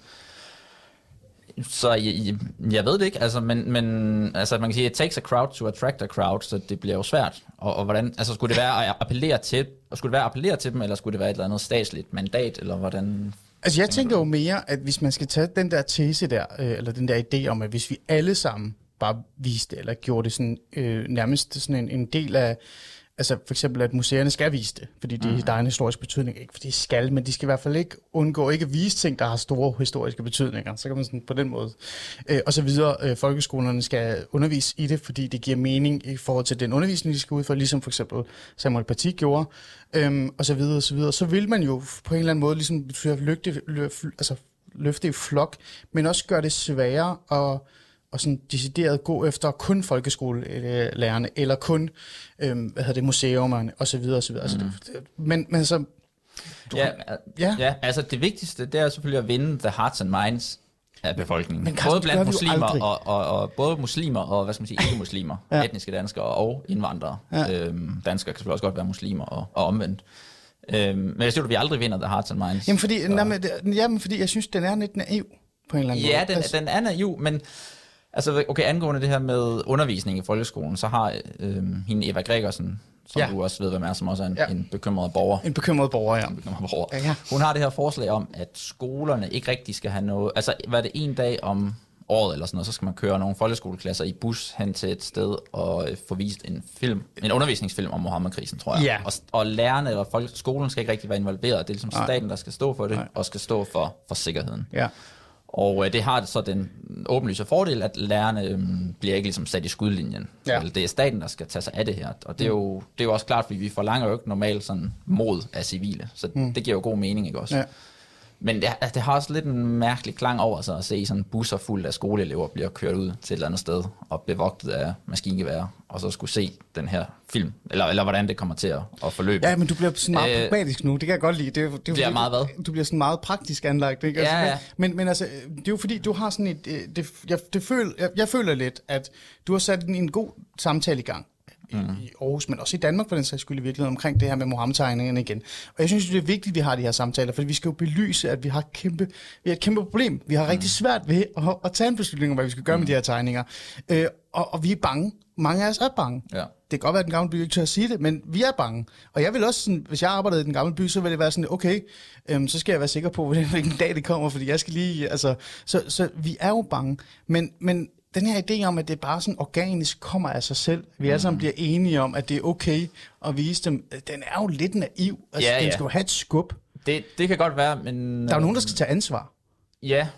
Så jeg ved det ikke, altså, men altså, man kan sige, it takes a crowd to attract a crowd, så det bliver jo svært. Og hvordan, altså, skulle det være at appellere til dem, eller skulle det være et eller andet statsligt mandat, eller hvordan? Altså, jeg tænker jo mere, at hvis man skal tage den der tese der, eller den der idé om, at hvis vi alle sammen bare viste eller gjorde det sådan, nærmest sådan en del af, altså for eksempel, at museerne skal vise det, fordi der er en historisk betydning. Ikke fordi de skal, men de skal i hvert fald ikke undgå ikke at vise ting, der har store historiske betydninger. Så kan man sådan på den måde. Og så videre, folkeskolerne skal undervise i det, fordi det giver mening i forhold til den undervisning, de skal udføre, ligesom for eksempel Samuel Paty gjorde, og så videre, og så videre. Så vil man jo på en eller anden måde ligesom løfte i flok, men også gøre det sværere og sådan decideret gå efter kun folkeskolelærerne, eller kun museumerne, og så videre, og så videre. Altså, men så... Ja, altså det vigtigste, det er selvfølgelig at vinde the hearts and minds af befolkningen. Men både blandt muslimer og både muslimer og, hvad skal man sige, ikke-muslimer, etniske danskere og indvandrere. Danskere kan selvfølgelig også godt være muslimer og omvendt. Men jeg siger, at vi aldrig vinder the hearts and minds. Jamen, fordi jeg synes, den er lidt naiv på en eller anden måde. Ja, den er naiv, men... Altså, okay, angående det her med undervisning i folkeskolen, så har hende Eva Gregersen, som du også ved, hvem er, som også er en bekymret borger. En bekymret borger, ja. Ja. Hun har det her forslag om, at skolerne ikke rigtig skal have noget... Altså, hvad er det en dag om året eller sådan noget, så skal man køre nogle folkeskoleklasser i bus hen til et sted og få vist en undervisningsfilm om Mohammed-krisen, tror jeg. Ja. Og lærerne eller skolen skal ikke rigtig være involveret. Det er ligesom staten, der skal stå for det, og skal stå for sikkerheden. Ja. Og det har så den åbenlyse fordel, at lærerne bliver ikke ligesom sat i skudlinjen. Ja. Det er staten, der skal tage sig af det her. Og det er jo også klart, fordi vi forlanger jo ikke normalt sådan mod af civile. Så det giver jo god mening, ikke også? Men det har også lidt en mærkelig klang over sig at se sådan busser fuldt af skoleelever bliver kørt ud til et eller andet sted og bevogtet af maskingeværer, og så skulle se den her film, eller hvordan det kommer til at forløbe. Ja, men du bliver sådan meget pragmatisk nu, det kan jeg godt lide. Det bliver meget hvad? Du bliver sådan meget praktisk anlagt, ikke? Ja, ja. Men altså, det er jo fordi, du har sådan jeg føler lidt, at du har sat en god samtale i gang. I Aarhus, men også i Danmark for den sags skyld i virkeligheden, omkring det her med Mohammed-tegningerne igen. Og jeg synes, det er vigtigt, at vi har de her samtaler, for vi skal jo belyse, at vi har et kæmpe problem. Vi har rigtig svært ved at tage en beslutning om, hvad vi skal gøre med de her tegninger. Og vi er bange. Mange af os er bange. Ja. Det kan godt være, at den gamle by ikke tør at sige det, men vi er bange. Og jeg vil også sådan, hvis jeg arbejdede i den gamle by, så vil det være sådan, okay, så skal jeg være sikker på, hvilken dag det kommer, fordi jeg skal lige, altså, så vi er jo bange. Men den her idé om, at det bare sådan organisk kommer af sig selv, vi alle sammen bliver enige om, at det er okay at vise dem, den er jo lidt naiv. Altså, den skal jo have et skub. Det kan godt være, men... Der er jo nogen, der skal tage ansvar. Ja,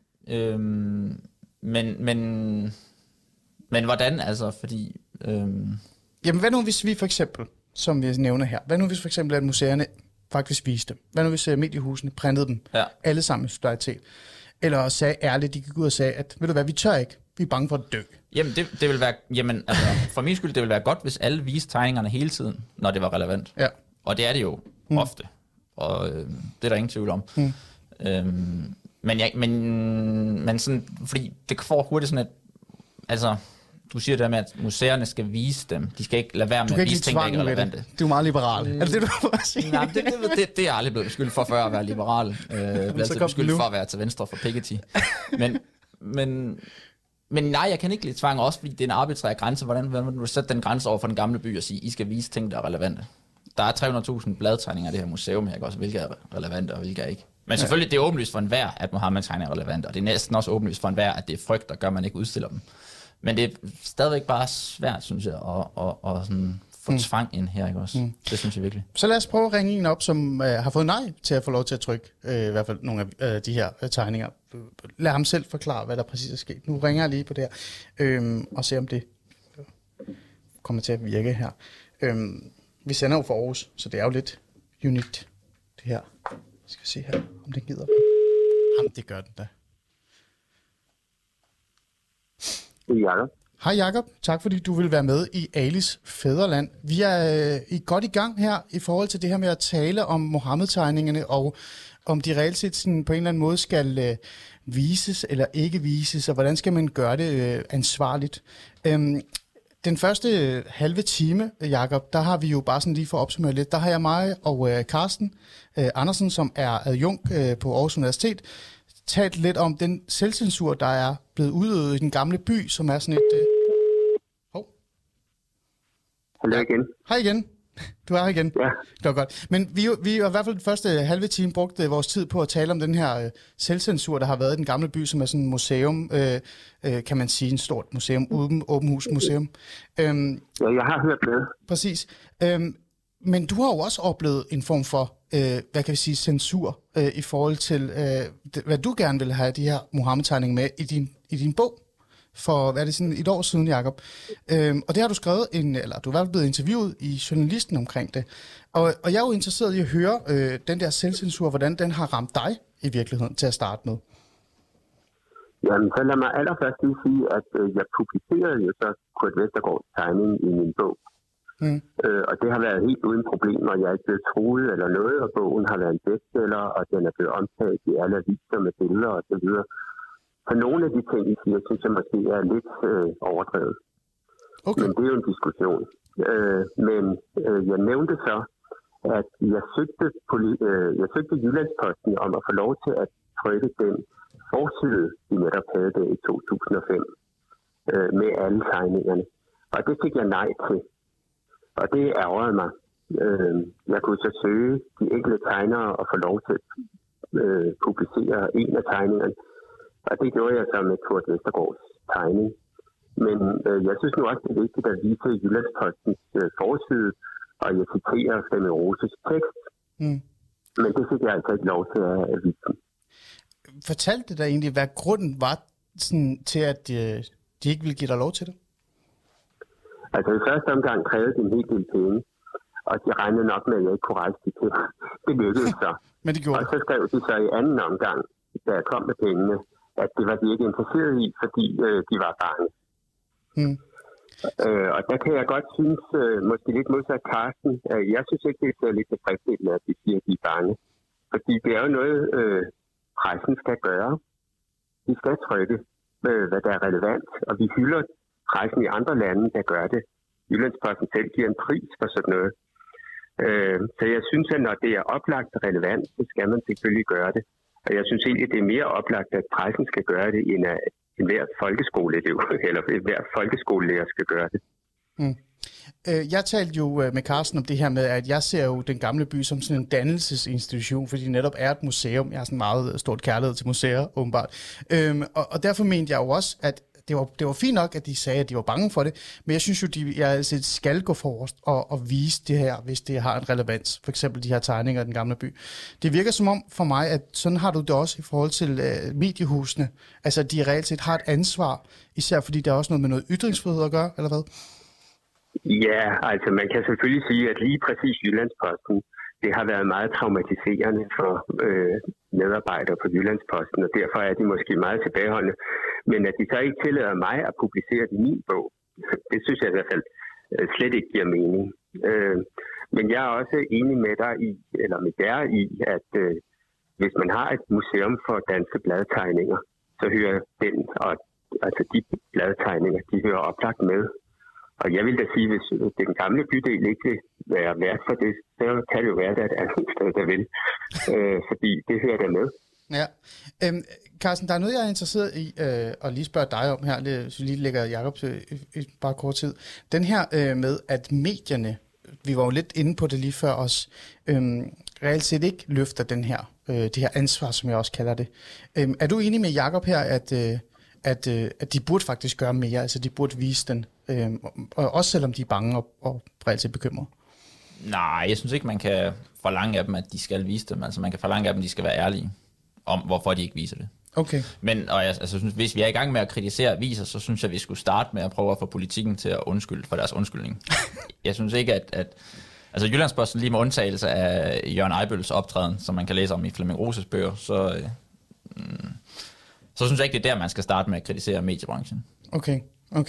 men hvordan altså, fordi... Jamen, hvad nu hvis vi for eksempel, som vi nævner her, hvad nu hvis for eksempel, at museerne faktisk viste dem? Hvad nu hvis mediehusene printede dem alle sammen i solidaritet? Eller sagde ærligt, de gik ud og sagde, at ved du hvad, vi tør ikke. Vi er bange for at dø. Jamen, det vil være, altså, for min skyld, det vil være godt, hvis alle viste tegningerne hele tiden, når det var relevant. Ja. Og det er det jo ofte. Og det er der ingen tvivl om. Men sådan, fordi det får hurtigt sådan, at altså, du siger det der med, at museerne skal vise dem. De skal ikke lade være med at vise ting, der ikke er relevante. Det. Du er meget liberal. Er det det, du får sige? Nej, det er jeg aldrig blevet beskyldt for før at være liberal. Jeg bliver altid beskyldt for at være til venstre for Piketty. Men nej, jeg kan ikke lide tvang, også fordi det er en arbitrær grænse. Hvordan vil du sætte den grænse over for den gamle by og sige, I skal vise ting, der er relevante? Der er 300.000 bladtegninger af det her museum, jeg kan også, hvilke er relevante og hvilke er ikke. Men selvfølgelig, det er åbenlyst for enhver, at Mohammed-tegninger er relevante, og det er næsten også åbenlyst for enhver, at det er frygt, der gør, at man ikke udstiller dem. Men det er stadigvæk bare svært, synes jeg, at sådan få tvang ind her, ikke også? Det synes jeg virkelig. Så lad os prøve at ringe en op, som har fået nej til at få lov til at trykke i hvert fald nogle af de her tegninger. Lad ham selv forklare, hvad der præcis er sket. Nu ringer jeg lige på det her, og se om det kommer til at virke her. Vi sender jo fra Aarhus, så det er jo lidt unikt, det her. Jeg skal se her, om det gider. Jamen, det gør den da. Jakob. Hej Jakob, tak fordi du vil være med i Alis Fædreland. Vi er godt i gang her i forhold til det her med at tale om Mohammed-tegningerne, og om de reelt set sådan på en eller anden måde skal vises eller ikke vises, og hvordan skal man gøre det ansvarligt. Den første halve time, Jakob, der har vi jo bare sådan lige for at opsummere lidt, der har jeg mig og Carsten Andersen, som er adjunkt på Aarhus Universitet, talt lidt om den selvcensur, der er blevet udøvet i den gamle by, som er sådan et... Hallo igen. Hej igen. Du er her igen. Ja. Det var godt. Men vi har i hvert fald den første halve time brugt vores tid på at tale om den her selvcensur, der har været i den gamle by, som er sådan et museum, kan man sige, en stort museum, åben hus museum. Ja, jeg har hørt det. Præcis. Men du har jo også oplevet en form for, hvad kan vi sige, censur i forhold til, hvad du gerne vil have de her Mohammed-tegninger med i din bog. For, hvad er det, sådan et år siden, Jakob. Og det har du skrevet, eller du er i hvert fald blevet interviewet i Journalisten omkring det. Og jeg er jo interesseret i at høre den der selvcensur, hvordan den har ramt dig i virkeligheden til at starte med. Jamen, så lad mig allerførst lige sige, at jeg publicerede jo så Kurt Vestergaards tegning i min bog. Og det har været helt uden problemer. Jeg er ikke blevet truet eller noget, og bogen har været en bestseller, og den er blevet omtalt i alle aviser med billeder og så videre. For nogle af de ting, I siger, synes jeg måske er lidt overdrevet. Okay. Men det er jo en diskussion. Men jeg nævnte så, at jeg søgte Jyllandsposten om at få lov til at trykke den forside, vi netop havde det i 2005, med alle tegningerne. Og det fik jeg nej til. Og det ærgerede mig. Jeg kunne så søge de enkelte tegnere og få lov til at publicere en af tegningerne. Og det gjorde jeg så med Kurt Vestergaards tegning. Men jeg synes nu også, det er vigtigt at vise Jyllandspostens forside, og jeg citerer Flemming Roses tekst. Men det fik jeg altså ikke lov til at vise. Fortalte det dig egentlig, hvad grunden var sådan, til, at de ikke ville give dig lov til det? Altså i første omgang krævede de en hel del penge. Og de regnede nok med, at jeg ikke kunne rejse det til. Det lykkedes så. Men det gjorde og så skrev de så i anden omgang, da jeg kom med pengene, at det var de ikke interesseret i, fordi de var bange. Og der kan jeg godt synes, måske lidt modsat Carsten, jeg synes ikke, det er lidt tilfredsstillende, at de siger, at de er bange. Fordi det er jo noget, pressen skal gøre. De skal trykke, hvad der er relevant, og vi hylder pressen i andre lande, der gør det. Jyllandsposten selv giver en pris for sådan noget. Så jeg synes, at når det er oplagt og relevant, så skal man selvfølgelig gøre det. Og jeg synes egentlig, det er mere oplagt, at pressen skal gøre det, end at enhver folkeskoleelev eller enhver folkeskolelærer skal gøre det. Jeg talte jo med Carsten om det her med, at jeg ser jo Den Gamle By som sådan en dannelsesinstitution, fordi det netop er et museum. Jeg har sådan meget stort kærlighed til museer, åbenbart. Og derfor mente jeg jo også, at det var fint nok, at de sagde, at de var bange for det, men jeg synes jo, jeg skal gå forrest og vise det her, hvis det har en relevans. For eksempel de her tegninger af Den Gamle By. Det virker som om for mig, at sådan har du det også i forhold til mediehusene. Altså, de reelt set har et ansvar, især fordi der er også noget med noget ytringsfrihed at gøre, eller hvad? Ja, altså man kan selvfølgelig sige, at lige præcis Jyllandsposten, det har været meget traumatiserende for medarbejdere på Jyllandsposten, og derfor er de måske meget tilbageholdende. Men at de så ikke tillader mig at publicere det i min bog, det synes jeg i hvert fald slet ikke giver mening. Men jeg er også enig med dig i, eller med jer i, at hvis man har et museum for danske bladtegninger, så hører den, og altså de bladtegninger, de hører oplagt med. Og jeg vil da sige, hvis Den Gamle Bydel ikke vil være vært for det, så kan det jo være, at der er et andet sted, der vil. Fordi det hører der med. Ja. Carsten, der er noget, jeg er interesseret i at lige spørge dig om her, så lige lægger Jacob til bare kort tid. Den her med, at medierne, vi var jo lidt inde på det lige før os, reelt set ikke løfter det her ansvar, som jeg også kalder det. Er du enig med Jacob her, at de burde faktisk gøre mere, altså de burde vise den, også selvom de er bange og reelt set bekymrede? Nej, jeg synes ikke, man kan forlange af dem, at de skal vise dem. Altså man kan forlange af dem, at de skal være ærlige om, hvorfor de ikke viser det. Okay. Men synes, hvis vi er i gang med at kritisere aviser, så synes jeg, vi skulle starte med at prøve at få politikken til at undskylde for deres undskyldning. Jeg synes ikke, at altså Jyllandsposten lige med undtagelse af Jørgen Ejbøls optræden, som man kan læse om i Flemming Roses bøger, så synes jeg ikke, det er der, man skal starte med at kritisere mediebranchen. Okay.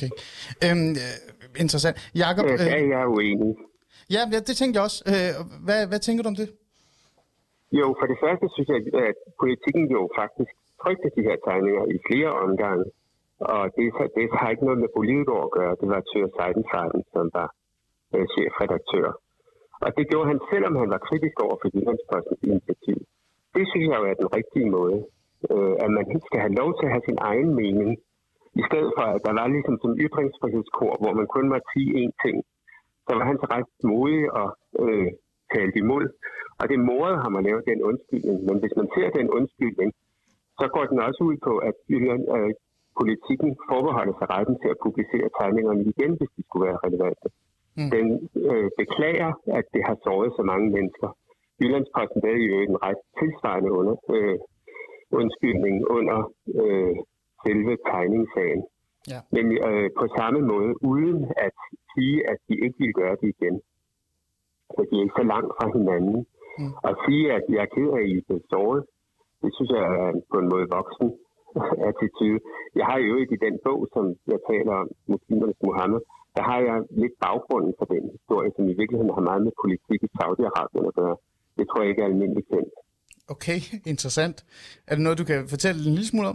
Interessant. Jacob, der er jeg uenig. Ja, det tænkte jeg også. Hvad tænker du om det? Jo, for det første synes jeg, at politikken jo faktisk trykte de her tegninger i flere omgange. Og det har ikke noget med Bolidegård at gøre. Det var Tør Seidenfarten, som var chefredaktør. Og det gjorde han, selvom han var kritisk over for Jyllandspostens initiativ. Det synes jeg jo er den rigtige måde. At man skal have lov til at have sin egen mening. I stedet for, at der var ligesom som ytringsfrihedskor, hvor man kun måtte sige én ting. Så var han så ret modig og talte imod. Og det morede ham at lave den undskyldning. Men hvis man ser den undskyldning, så går den også ud på, at politikken forbeholder sig retten til at publicere tegningerne igen, hvis de skulle være relevante. Den beklager, at det har såret så mange mennesker. Jyllandsposten lavede jo en ret tilsvarende undskyldning under selve tegningssagen. Ja. Men på samme måde, uden at sige, at de ikke vil gøre det igen. Så de er ikke så langt fra hinanden. Og sige, at jeg er ked af, at I er såret, det synes jeg er på en måde voksen attitude. Jeg har jo ikke i den bog, som jeg taler om, Muslimernes Muhammed, der har jeg lidt baggrunden for den historie, som i virkeligheden har meget med politik i Saudi-Arabien at gøre. Det tror jeg ikke er almindeligt kendt. Okay, interessant. Er det noget, du kan fortælle en lille smule om?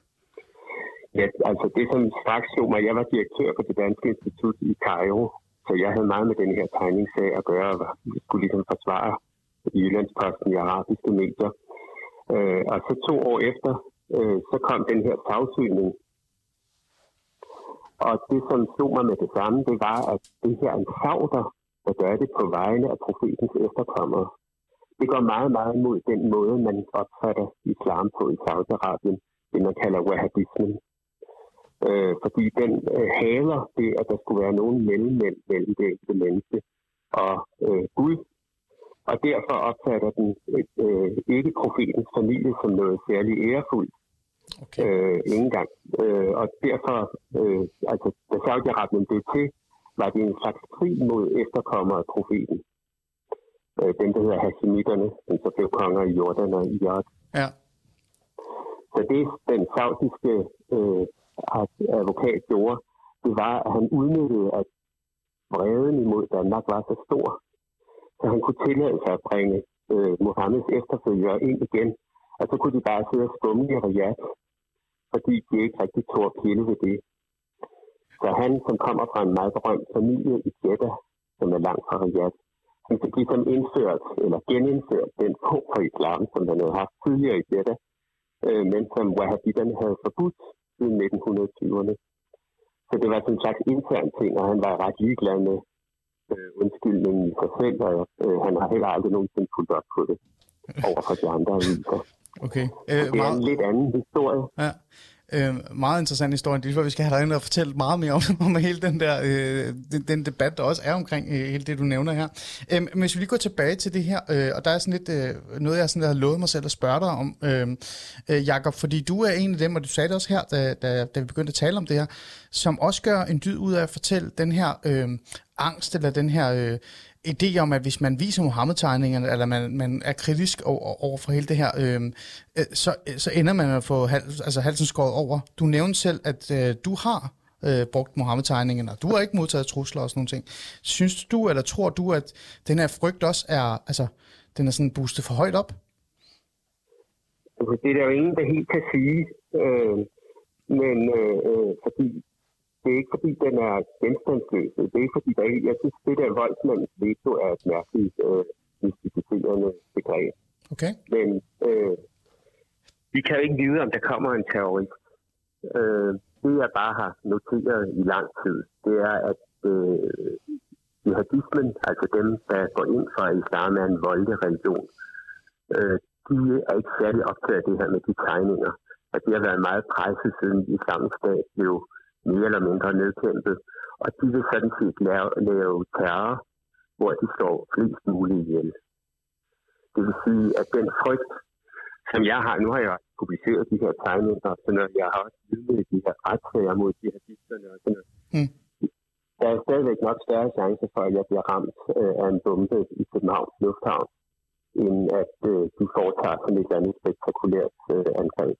Ja, altså det som straks slog mig, jeg var direktør for det danske institut i Cairo, så jeg havde meget med den her tegningssag at gøre, og skulle ligesom forsvare i Jyllandsposten i arabiske medier. Og så 2 år efter, så kom den her sagsøgning. Og det, som slog mig med det samme, det var, at det her er en sauder, der gør det på vegne af profetens efterkommere. Det går meget, meget imod den måde, man opfatter islam på i Saudi-Arabien, det man kalder wahhabismen. Fordi den hader det, at der skulle være nogen mellemmænd mellem det enkelte menneske og Gud. Og derfor opfatter den ikke profetens familie som noget særligt ærefuldt. Okay. Ingen gang. Og derfor, da Saudi-Arabien blev til, var det en slags krig mod efterkommere af profeten. dem, der hedder hashemitterne, som så blev konger i Jordan og Irak. Ja. Så det, den saudiske advokat gjorde, det var, at han udnyttede, at vreden imod Danmark var så stor, så han kunne tillade sig at bringe Mohammeds efterfølgere ind igen. Og så kunne de bare sidde og skumme i Riyadh, fordi de ikke rigtig tog at pille ved det. Så han, som kommer fra en meget berømt familie i Jeddah, som er langt fra Riyadh, han fik ligesom indført, eller genindført den form for islam, som han havde haft tidligere i Jeddah, men som wahhabitterne havde forbudt siden 1920'erne. Så det var sådan en slags intern ting, og han var ret ligeglad med undskyldningen i sig selv, og han har heller aldrig nogensinde fulgt op på det over for de andre aviser. Okay. Det er en lidt anden historie. Ja. Meget interessant historie. Det er, vi skal have dig ind og fortælle meget mere om hele den der den debat, der også er omkring hele det, du nævner her. Men hvis vi lige går tilbage til det her, og der er sådan lidt noget, jeg sådan, har lovet mig selv at spørge dig om, Jakob, fordi du er en af dem, og du sagde det også her, da vi begyndte at tale om det her, som også gør en dyd ud af at fortælle den her angst, eller den her idé om, at hvis man viser Mohammed-tegningerne, eller man er kritisk over for hele det her, så ender man at få halsen skåret over. Du nævnte selv, at du har brugt Mohammed-tegningerne, og du har ikke modtaget trusler og sådan nogle ting. Synes du, eller tror du, at den her frygt også er, den er sådan boostet for højt op? Det er der jo ingen, der helt kan sige, men fordi det er ikke fordi, den er genstandsløs. Det er ikke fordi, jeg synes, det der voldsmandens veto er et mærkeligt mystificerende begreb. Okay. Men vi kan jo ikke vide, om der kommer en terrorist. Det jeg bare har noteret i lang tid, det er, at jihadismen, altså dem, der går ind for, at islam er en voldelig religion, de er ikke særlig optaget af det her med de tegninger. At det har været meget presset siden Islamisk Stat blev mere eller mindre nedkæmpet, og de vil sådan set lave terror, hvor de står flest muligt ihjel. Det vil sige, at den frygt, som jeg har, nu har jeg publiceret de her tegninger, så når jeg har også vidnet de her retssager mod jihadisterne og sådan noget, der er stadigvæk nok større chance for, at jeg bliver ramt af en bombe i Københavns Lufthavn, end at de foretager sådan et eller andet spektakulært angreb.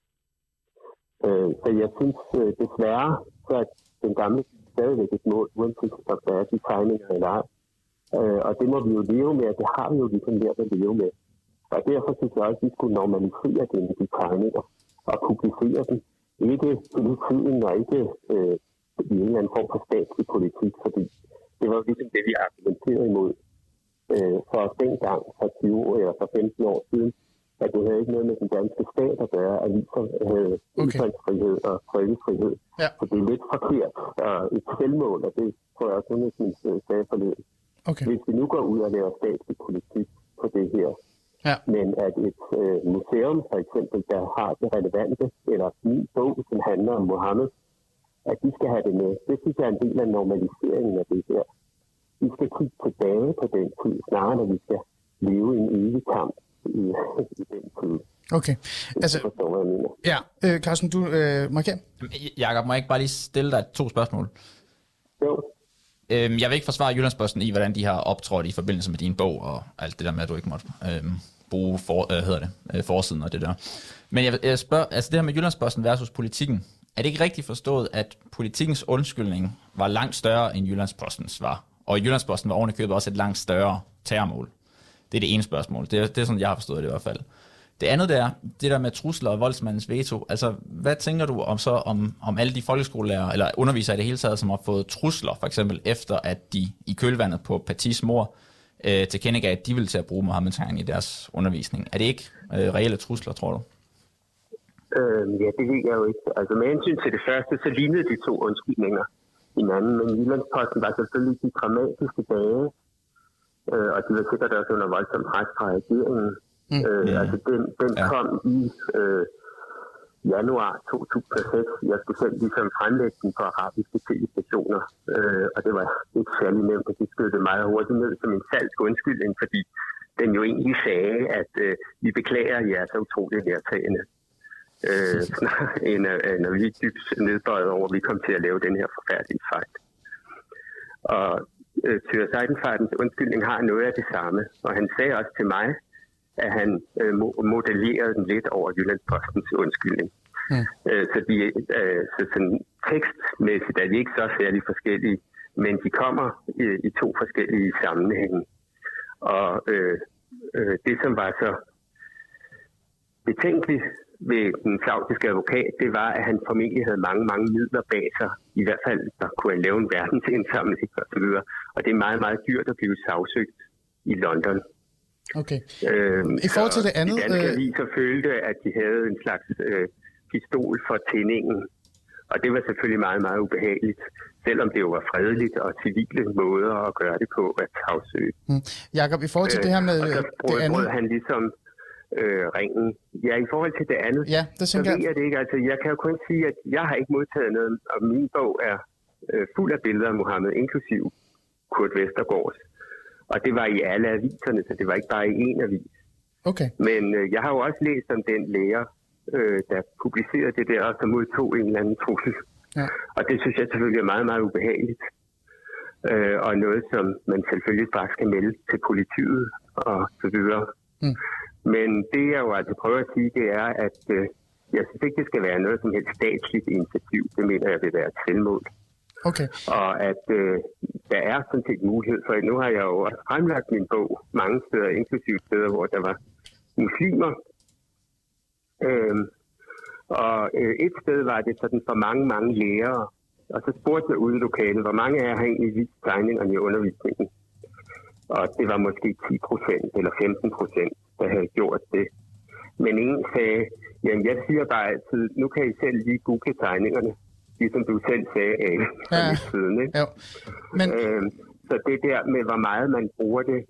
Så jeg synes desværre, så at den gamle stadigvæk et mål, uanset om der er de tegninger eller ej. Og det må vi jo leve med, og det har vi jo ligesom lært at leve med. Og derfor synes jeg også, at vi skulle normalisere det med de tegninger og publicere dem. Ikke til tiden og ikke i en eller anden form for statslig politik, fordi det var ligesom det, vi argumenterede imod for dengang, for 20 år eller for 15 år siden, at det havde ikke noget med den danske stat at gøre, at vi havde ytringsfrihed og trykkefrihed. Ja. Så det er lidt forkert og et selvmål, og det tror jeg også, udenrigsministeriet sagde forleden. Okay. Hvis vi nu går ud og laver statslig politik på det her, men at et museum for eksempel, der har det relevante, eller min bog, som handler om Mohammed, at de skal have det med. Det synes jeg er en del af normaliseringen af det her. Vi skal kigge tilbage på den tid, snarere når vi skal leve i en evig kamp i den tid. Okay. Altså, ja, Carsten, du markerer. Jakob, må jeg ikke bare lige stille dig 2 spørgsmål? Jo. Jeg vil ikke forsvare Jyllandsposten i, hvordan de har optrådt i forbindelse med din bog og alt det der med, at du ikke måtte bruge forsiden og det der. Men jeg spørger, altså det her med Jyllandsposten versus Politikken, er det ikke rigtigt forstået, at Politikens undskyldning var langt større end Jyllandspostens var? Og Jyllandsposten var ovenikøbet også et langt større terrormål. Det er det ene spørgsmål. Det er sådan, jeg har forstået det i hvert fald. Det andet der, det der med trusler og voldsmandens veto. Altså, hvad tænker du om alle de folkeskolelærer eller undervisere i det hele taget, som har fået trusler, for eksempel efter, at de i kølvandet på Patis mor tilkendegav, at de ville til at bruge Mohammed-tegn i deres undervisning? Er det ikke reelle trusler, tror du? Ja, det ved jeg jo ikke. Altså, med hensyn til det første, så lignede de 2 undskyldninger hinanden, men Jyllandsposten var selvfølgelig de dramatiske dage, og de var sikkert også under voldsomt pres fra regeringen. Altså den kom i januar 2006. Jeg skulle selv ligesom fremlægge den på arabiske tv-stationer, og det var ikke særlig nemt, og de skød det meget hurtigt ned som en falsk undskyldning, fordi den jo egentlig sagde, at vi beklager jer så utroligt nærtagende. Når vi er dybt nedbøjet over, at vi kom til at lave den her forfærdelige fejl. Og Thyra Seidenfartens undskyldning har noget af det samme. Og han sagde også til mig, at han modellerede den lidt over Jyllandspostens undskyldning. Så sådan tekstmæssigt er de ikke så særlig forskellige, men de kommer i to forskellige sammenhænge. Og det, som var så betænkeligt ved den saudiske advokat, det var, at han formentlig havde mange midler bag sig. I hvert fald, der kunne han lave en verdensindsamling og så videre. Og det er meget, meget dyrt at blive sagsøgt i London. Okay. I forhold til det andet... De danske aviser følte, at de havde en slags pistol for tændingen. Og det var selvfølgelig meget, meget ubehageligt, selvom det jo var fredeligt og civile måder at gøre det på at sagsøge. Jakob, i forhold til det her med og så brød han ligesom ringen. Ja, i forhold til det andet, så ved jeg det ikke. Altså, jeg kan jo kun sige, at jeg har ikke modtaget noget, og min bog er fuld af billeder af Mohammed, inklusiv Kurt Vestergaards. Og det var i alle aviserne, så det var ikke bare i én avis. Okay. Men jeg har jo også læst om den lærer, der publicerede det der, og så modtog en eller anden trussel. Ja. Og det synes jeg selvfølgelig er meget, meget ubehageligt. Og noget, som man selvfølgelig bare skal melde til politiet og så videre. Men det jeg jo altså prøver at sige, det er, at jeg synes ikke, det skal være noget som helst statsligt initiativ. Det mener jeg vil være et selvmål. Okay. Og at der er sådan set mulighed for, nu har jeg jo også fremlagt min bog mange steder, inklusive steder, hvor der var muslimer. Og et sted var det sådan for mange lærere. Og så spurgte jeg ude i lokalet, hvor mange af jer har egentlig vist tegningerne i undervisningen. Og det var måske 10% eller 15%, der havde gjort det. Men en sagde, jamen jeg siger bare altid, nu kan I selv lige google tegningerne, ligesom du selv sagde, siden, ikke? Jo. Men... så det der med, hvor meget man bruger det,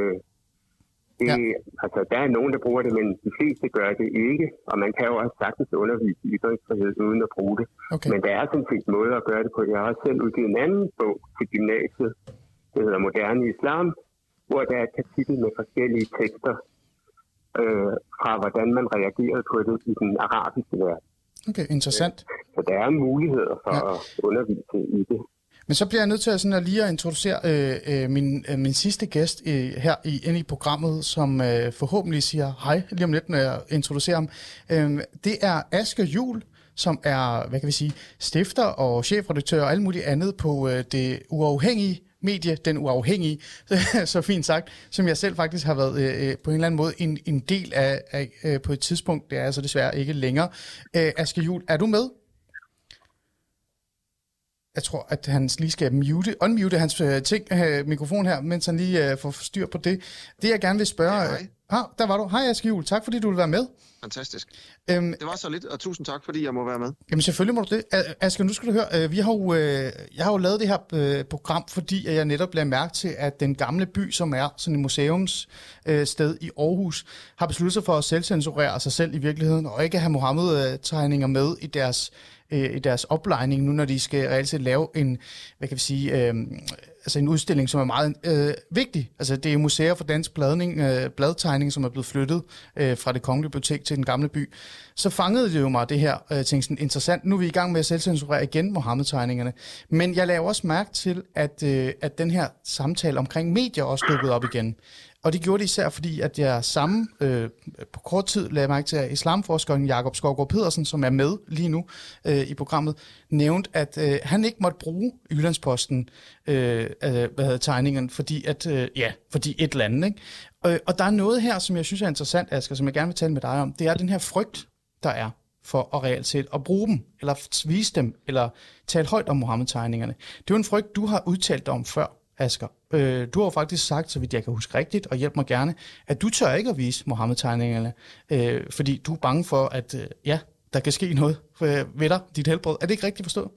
altså der er nogen, der bruger det, men de fleste gør det ikke. Og man kan jo også sagtens undervise i ytringsfrihed uden at bruge det. Okay. Men der er sådan set måder at gøre det på. Jeg har også selv udgivet en anden bog til gymnasiet, det hedder Moderne Islam, hvor der er et kapitel med forskellige tekster fra, hvordan man reagerede på det i den arabiske verden. Okay, interessant. Så der er muligheder for at undervise i det. Men så bliver jeg nødt til at lige at introducere min sidste gæst her inde i programmet, som forhåbentlig siger hej lige om lidt, når jeg introducerer ham. Det er Asger Juhl, som er, hvad kan vi sige, stifter og chefredaktør og alt muligt andet på det uafhængige medie, Den Uafhængige, så fint sagt, som jeg selv faktisk har været på en eller anden måde en del af på et tidspunkt. Det er altså desværre ikke længere. Asger Juhl, er du med? Jeg tror, at han lige skal unmute hans mikrofon her, mens han lige får styr på det. Det jeg gerne vil spørge... Ja, der var du. Hej Asger Juhl, tak fordi du vil være med. Fantastisk. Det var så lidt, og tusind tak, fordi jeg må være med. Jamen selvfølgelig må du det. Asger, nu skal du høre, jeg har jo lavet det her program, fordi jeg netop bliver mærke til, at den gamle by, som er sådan et museumssted i Aarhus, har besluttet sig for at selvcensurere sig selv i virkeligheden, og ikke have Mohammed-tegninger med i deres oplejning, nu når de skal reelt set lave en, hvad kan vi sige, altså en udstilling, som er meget vigtig. Altså det er museer for dansk bladtegning, som er blevet flyttet fra det Kongelige Bibliotek til den gamle by. Så fangede det jo mig det her, tænkte sådan interessant. Nu er vi i gang med at selvcensurere igen Mohammed-tegningerne. Men jeg lavede også mærke til, at den her samtale omkring medier også dukkede op igen. Og det gjorde det især, fordi at jeg på kort tid lagde mærke til, at islamforskeren Jakob Skovgaard Pedersen, som er med lige nu i programmet, nævnte, at han ikke måtte bruge Jyllandsposten tegningerne, fordi et eller andet. Ikke? Og der er noget her, som jeg synes er interessant, Asger, som jeg gerne vil tale med dig om. Det er den her frygt, der er for at reelt set at bruge dem, eller vise dem, eller tale højt om Mohammed-tegningerne. Det er jo en frygt, du har udtalt dig om før, Asger. Du har jo faktisk sagt, så vidt jeg kan huske rigtigt, og hjælp mig gerne, at du tør ikke at vise Mohammed-tegningerne, fordi du er bange for, at der kan ske noget ved dig, dit helbred. Er det ikke rigtigt forstået?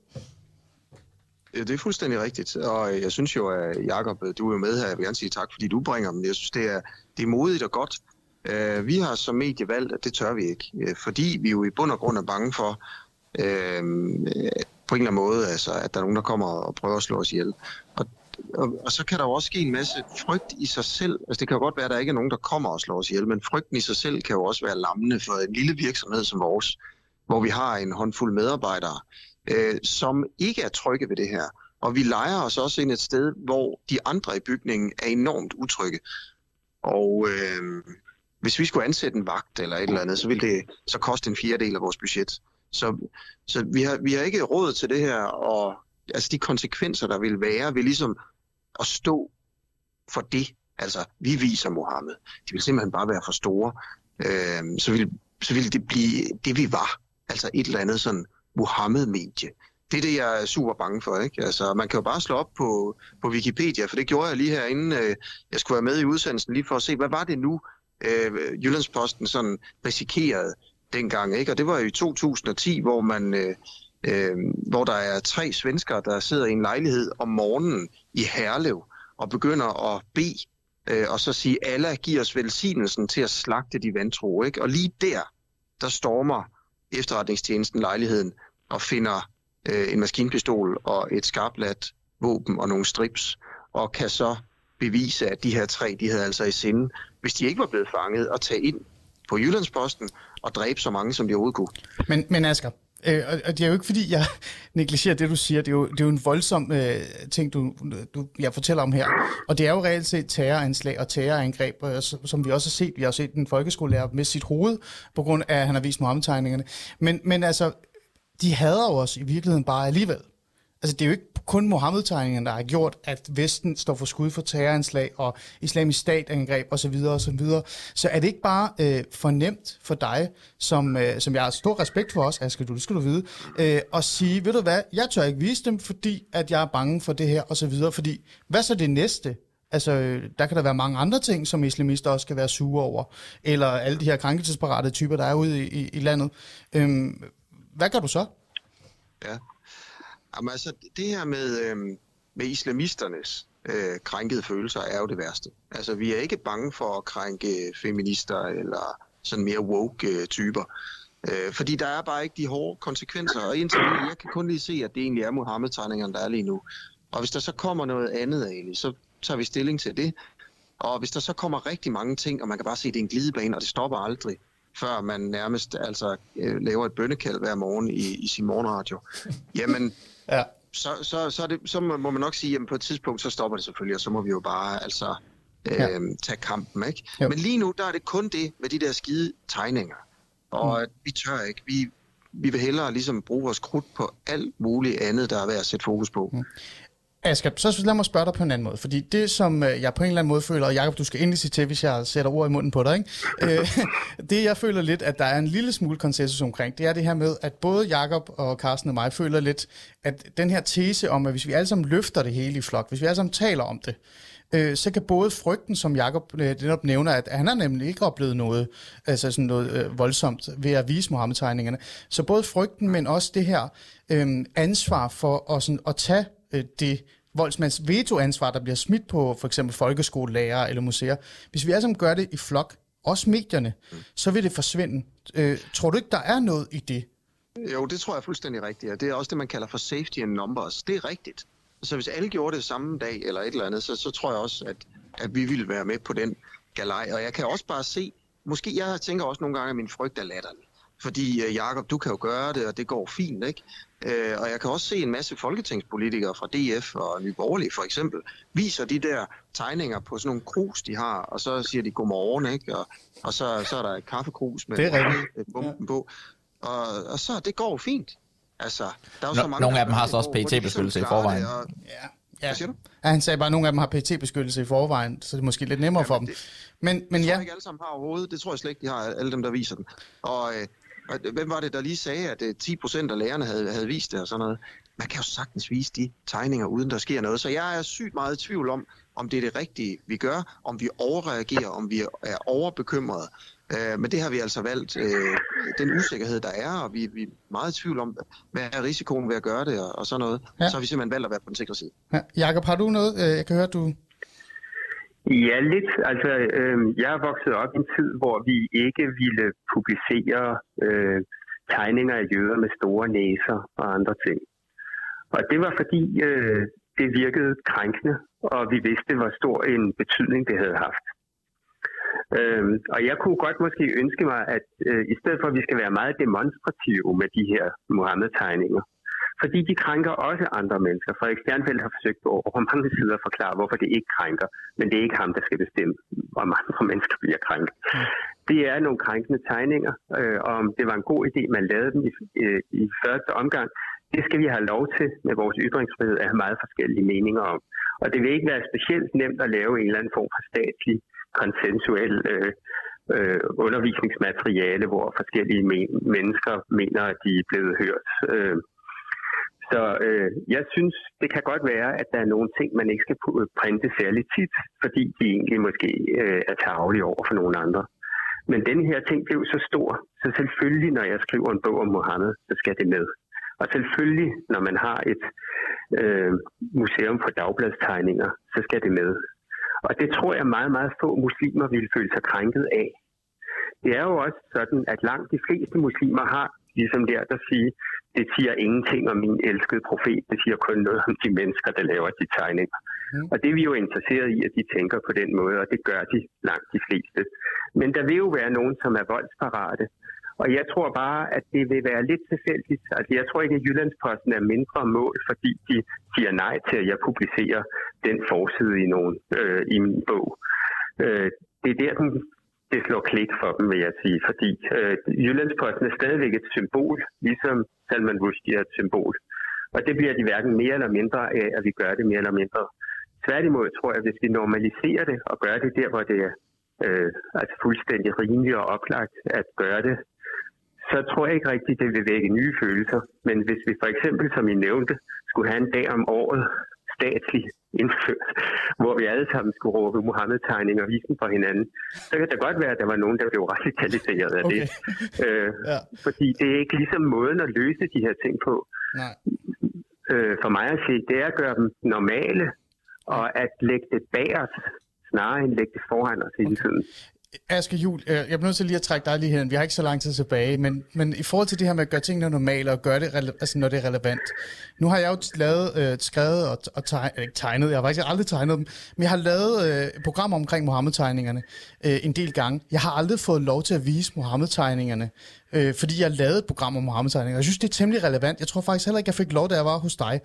Ja, det er fuldstændig rigtigt, og jeg synes jo, at Jakob, du er jo med her, jeg vil gerne sige tak, fordi du bringer dem. Jeg synes, det er modigt og godt. Vi har som medie valgt, at det tør vi ikke, fordi vi jo i bund og grund er bange for, på en eller anden måde, altså, at der er nogen, der kommer og prøver at slå os ihjel. Og så kan der jo også ske en masse frygt i sig selv. Altså det kan jo godt være, at der ikke er nogen, der kommer og slår os ihjel, men frygten i sig selv kan jo også være lammende for en lille virksomhed som vores, hvor vi har en håndfuld medarbejdere, som ikke er trygge ved det her. Og vi leger os også ind et sted, hvor de andre i bygningen er enormt utrygge. Og hvis vi skulle ansætte en vagt eller et eller andet, så ville det så koste 1/4 af vores budget. Så vi har ikke råd til det her, og altså de konsekvenser, der vil være, vil ligesom at stå for det. Altså, vi viser Mohammed. De vil simpelthen bare være for store. Så vil det blive det, vi var. Altså et eller andet sådan Mohammed-medie. Det er det, jeg er super bange for, ikke? Altså, man kan jo bare slå op på Wikipedia, for det gjorde jeg lige herinde. Jeg skulle være med i udsendelsen lige for at se, hvad var det nu, Jyllandsposten sådan risikerede dengang, ikke? Og det var jo i 2010, hvor der er 3 svenskere, der sidder i en lejlighed om morgenen i Herlev og begynder at bede, og så sige, Allah giver os velsignelsen til at slagte de vantro, ikke? Og lige der stormer efterretningstjenesten lejligheden og finder en maskinpistol og et skarpladt våben og nogle strips, og kan så bevise, at de her 3, de havde altså i sinde, hvis de ikke var blevet fanget, at tage ind på Jyllandsposten og dræbe så mange, som de overhovedet kunne. Men Asger, og det er jo ikke fordi, jeg negligerer det, du siger. Det er jo en voldsom ting, jeg fortæller om her. Og det er jo reelt set terroranslag og terrorangreb, som vi også har set. Vi har set en folkeskolelærer med sit hoved, på grund af, at han har vist Mohammed-tegningerne. Men altså, de hader jo også i virkeligheden bare alligevel. Altså, det er jo ikke kun Mohammed-tegningerne, der har gjort, at Vesten står for skud for terroranslag og islamisk statangreb osv. osv. Så er det ikke bare fornemt for dig, som jeg har stor respekt for os, Asger, det skal du vide, at sige, ved du hvad, jeg tør ikke vise dem, fordi at jeg er bange for det her osv. Fordi, hvad så det næste? Altså, der kan der være mange andre ting, som islamister også skal være sure over. Eller alle de her krænkelsesparate typer, der er ude i landet. Hvad gør du så? Ja. Jamen altså, det her med islamisternes krænkede følelser er jo det værste. Altså, vi er ikke bange for at krænke feminister eller sådan mere woke typer. Fordi der er bare ikke de hårde konsekvenser. Og indtil videre, jeg kan kun lige se, at det egentlig er Mohammed-tegningerne, der er lige nu. Og hvis der så kommer noget andet af det, så tager vi stilling til det. Og hvis der så kommer rigtig mange ting, og man kan bare se, at det er en glidebane, og det stopper aldrig, før man nærmest laver et bønnekald hver morgen i sin morgenradio, jamen, ja. så må man nok sige, at på et tidspunkt, så stopper det selvfølgelig, og så må vi jo bare tage kampen, ikke? Jo. Men lige nu, der er det kun det med de der skide tegninger. Og vi tør ikke. Vi vil hellere ligesom bruge vores krudt på alt muligt andet, der er værd at sætte fokus på. Asger, så lad mig spørge dig på en anden måde, fordi det, som jeg på en eller anden måde føler, og Jacob, du skal endelig sige til, hvis jeg sætter ord i munden på dig, ikke? Det, jeg føler lidt, at der er en lille smule konsensus omkring, det er det her med, at både Jacob og Carsten og mig føler lidt, at den her tese om, at hvis vi alle sammen løfter det hele i flok, hvis vi alle sammen taler om det, så kan både frygten, som Jacob netop nævner, at han har nemlig ikke oplevet noget, altså sådan noget voldsomt ved at vise Mohammed-tegningerne, så både frygten, men også det her ansvar for at tage det voldsmands veto-ansvar, der bliver smidt på for eksempel folkeskolelærer eller museer. Hvis vi alle sammen gør det i flok, også medierne, så vil det forsvinde. Tror du ikke, der er noget i det? Jo, det tror jeg er fuldstændig rigtigt. Og det er også det, man kalder for safety in numbers. Det er rigtigt. Så hvis alle gjorde det samme dag eller et eller andet, så tror jeg også, at vi ville være med på den galej. Og jeg kan også bare se, jeg tænker også nogle gange, at min frygt er latterlig. Fordi Jacob, du kan jo gøre det, og det går fint, ikke? Og jeg kan også se en masse folketingspolitikere fra DF og Nye Borgerlige for eksempel, viser de der tegninger på sådan nogle krus, de har, og så siger de godmorgen, ikke? Og så er der et kaffekrus med bomben på. Og så, det går fint. Altså, der er jo så mange, nogle af dem har så også PET-beskyttelse i forvejen. Hvad siger du? Ja, han sagde bare, at nogle af dem har PET-beskyttelse i forvejen, så det er måske lidt nemmere for dem. Men jeg tror ikke alle sammen har overhovedet. Det tror jeg slet ikke, de har, alle dem, der viser den. Og hvem var det, der lige sagde, at 10% af lærerne havde vist det og sådan noget? Man kan jo sagtens vise de tegninger, uden der sker noget. Så jeg er sygt meget i tvivl om det er det rigtige, vi gør, om vi overreagerer, om vi er overbekymrede. Men det har vi altså valgt, den usikkerhed, der er, og vi er meget i tvivl om, hvad er risikoen ved at gøre det, og sådan noget. Ja. Så har vi simpelthen valgt at være på den sikre side. Ja. Jacob, har du noget? Jeg kan høre, du... Ja, lidt. Altså, jeg er vokset op i en tid, hvor vi ikke ville publicere tegninger af jøder med store næser og andre ting. Og det var fordi, det virkede krænkende, og vi vidste, hvor stor en betydning det havde haft. Og jeg kunne godt måske ønske mig, at i stedet for, at vi skal være meget demonstrative med de her Mohammed-tegninger, Fordi de krænker også andre mennesker. Frederik Stjernfeldt har forsøgt over mange sider at forklare, hvorfor det ikke krænker. Men det er ikke ham, der skal bestemme, om andre mennesker bliver krænket. Det er nogle krænkende tegninger, og om det var en god idé, man lavede dem i første omgang. Det skal vi have lov til med vores ytringsfrihed at have meget forskellige meninger om. Og det vil ikke være specielt nemt at lave en eller anden form for statslig, konsensuel undervisningsmateriale, hvor forskellige mennesker mener, at de er blevet hørt. Så jeg synes, det kan godt være, at der er nogle ting, man ikke skal printe særlig tit, fordi de egentlig måske er tarvelige over for nogle andre. Men denne her ting blev så stor, så selvfølgelig, når jeg skriver en bog om Mohammed, så skal det med. Og selvfølgelig, når man har et museum for dagbladstegninger, så skal det med. Og det tror jeg meget, meget få muslimer ville føle sig krænket af. Det er jo også sådan, at langt de fleste muslimer har, ligesom lært at sige, det siger ingenting om min elskede profet, det siger kun noget om de mennesker, der laver de tegninger. Og det er vi jo interesseret i, at de tænker på den måde, og det gør de langt de fleste. Men der vil jo være nogen, som er voldsparate. Og jeg tror bare, at det vil være lidt tilfældigt. Altså, jeg tror ikke, at Jyllandsposten er mindre mål, fordi de siger nej til, at jeg publicerer den forside i min bog. Det er der, det slår klik for dem, vil jeg sige. Fordi Jyllandsposten er stadigvæk et symbol, ligesom Salman Rushdie er et symbol. Og det bliver de hverken mere eller mindre af, at vi gør det mere eller mindre. Tværtimod tror jeg, at hvis vi normaliserer det og gør det der, hvor det er fuldstændig rimeligt og oplagt at gøre det, så tror jeg ikke rigtigt, det vil vække nye følelser. Men hvis vi for eksempel, som I nævnte, skulle have en dag om året statsligt indført, hvor vi alle sammen skulle råbe Mohammed-tegninger og vise dem for hinanden, så kan det godt være, at der var nogen, der blev radikaliseret af det. Fordi det er ikke ligesom måden at løse de her ting på. Nej. For mig at se, det er at gøre dem normale, og at lægge det bag os, snarere end lægge det foran os hele tiden. Asger Juhl, jeg bliver nødt til lige at trække dig lige hen. Vi har ikke så lang tid tilbage, men i forhold til det her med at gøre tingene normale og gøre det, når det er relevant. Nu har jeg jo skrevet og tegnet, jeg har faktisk aldrig tegnet dem, men jeg har lavet programmer omkring Mohammed-tegningerne en del gange. Jeg har aldrig fået lov til at vise Mohammed-tegningerne, fordi jeg lavede et program om Mohammed-tegninger. Jeg synes, det er temmelig relevant. Jeg tror faktisk heller ikke, jeg fik lov, da jeg var hos dig.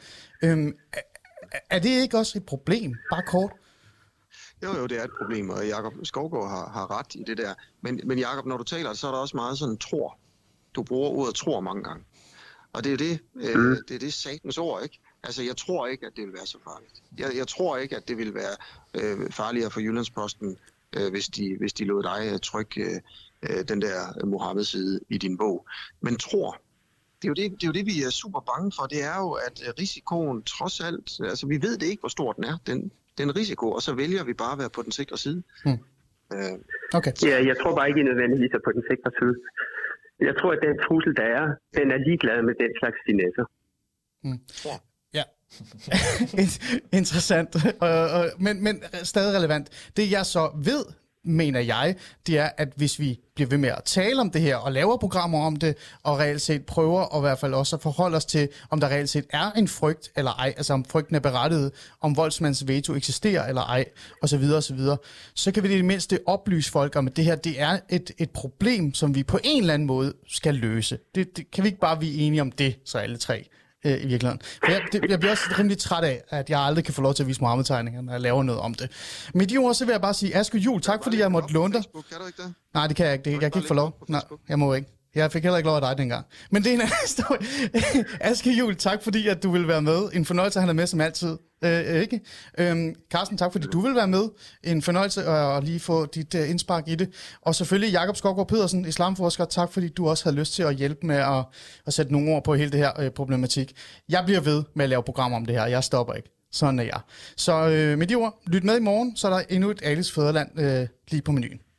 Er det ikke også et problem? Bare kort. Jo, det er et problem, og Jakob Skovgaard har ret i det der. Men Jakob, når du taler, så er der også meget sådan tror. Du bruger ordet tror mange gange. Og det er det, det er satans ord, ikke? Altså, jeg tror ikke, at det vil være så farligt. Jeg tror ikke, at det vil være farligere for Jyllandsposten, hvis de lod dig trykke den der Mohammed-side i din bog. Men tror, det er jo det, vi er super bange for. Det er jo, at risikoen trods alt, altså vi ved det ikke, hvor stor den er, den risiko, og så vælger vi bare at være på den sikre side. Okay. Ja, jeg tror bare ikke nødvendigvis er på den sikre side. Jeg tror, at den trussel, der er, den er ligeglad med den slags finesser. Ja. Interessant. Men stadig relevant. Det jeg så ved, mener jeg, det er, at hvis vi bliver ved med at tale om det her, og laver programmer om det, og reelt set prøver, og i hvert fald også at forholde os til, om der reelt set er en frygt, eller ej, altså om frygten er berettiget, om voldsmands veto eksisterer, eller ej, osv., så kan vi i det mindste oplyse folk om, at det her, det er et problem, som vi på en eller anden måde skal løse. Det kan vi ikke bare blive enige om det, så alle tre. I virkeligheden. Jeg bliver også rimelig træt af, at jeg aldrig kan få lov til at vise Mohammed-tegninger, når jeg laver noget om det. Med de ord, så vil jeg bare sige, Asger Juhl, tak fordi jeg måtte låne dig. Kan du ikke det? Nej, det kan jeg ikke. Jeg kan ikke få lov. Nej, jeg må ikke. Jeg fik heller ikke lov af dig dengang. Men det er en anden historie. Asger Juhl, tak fordi at du vil være med. En fornøjelse at have dig med som altid. Ikke? Carsten, tak fordi du vil være med. En fornøjelse at lige få dit indspark i det. Og selvfølgelig Jakob Skovgaard Pedersen, islamforsker. Tak fordi du også havde lyst til at hjælpe med at sætte nogle ord på hele det her problematik. Jeg bliver ved med at lave programmer om det her. Jeg stopper ikke. Sådan er jeg. Så med de ord, lyt med i morgen, så er der endnu et Alis Fædreland lige på menuen.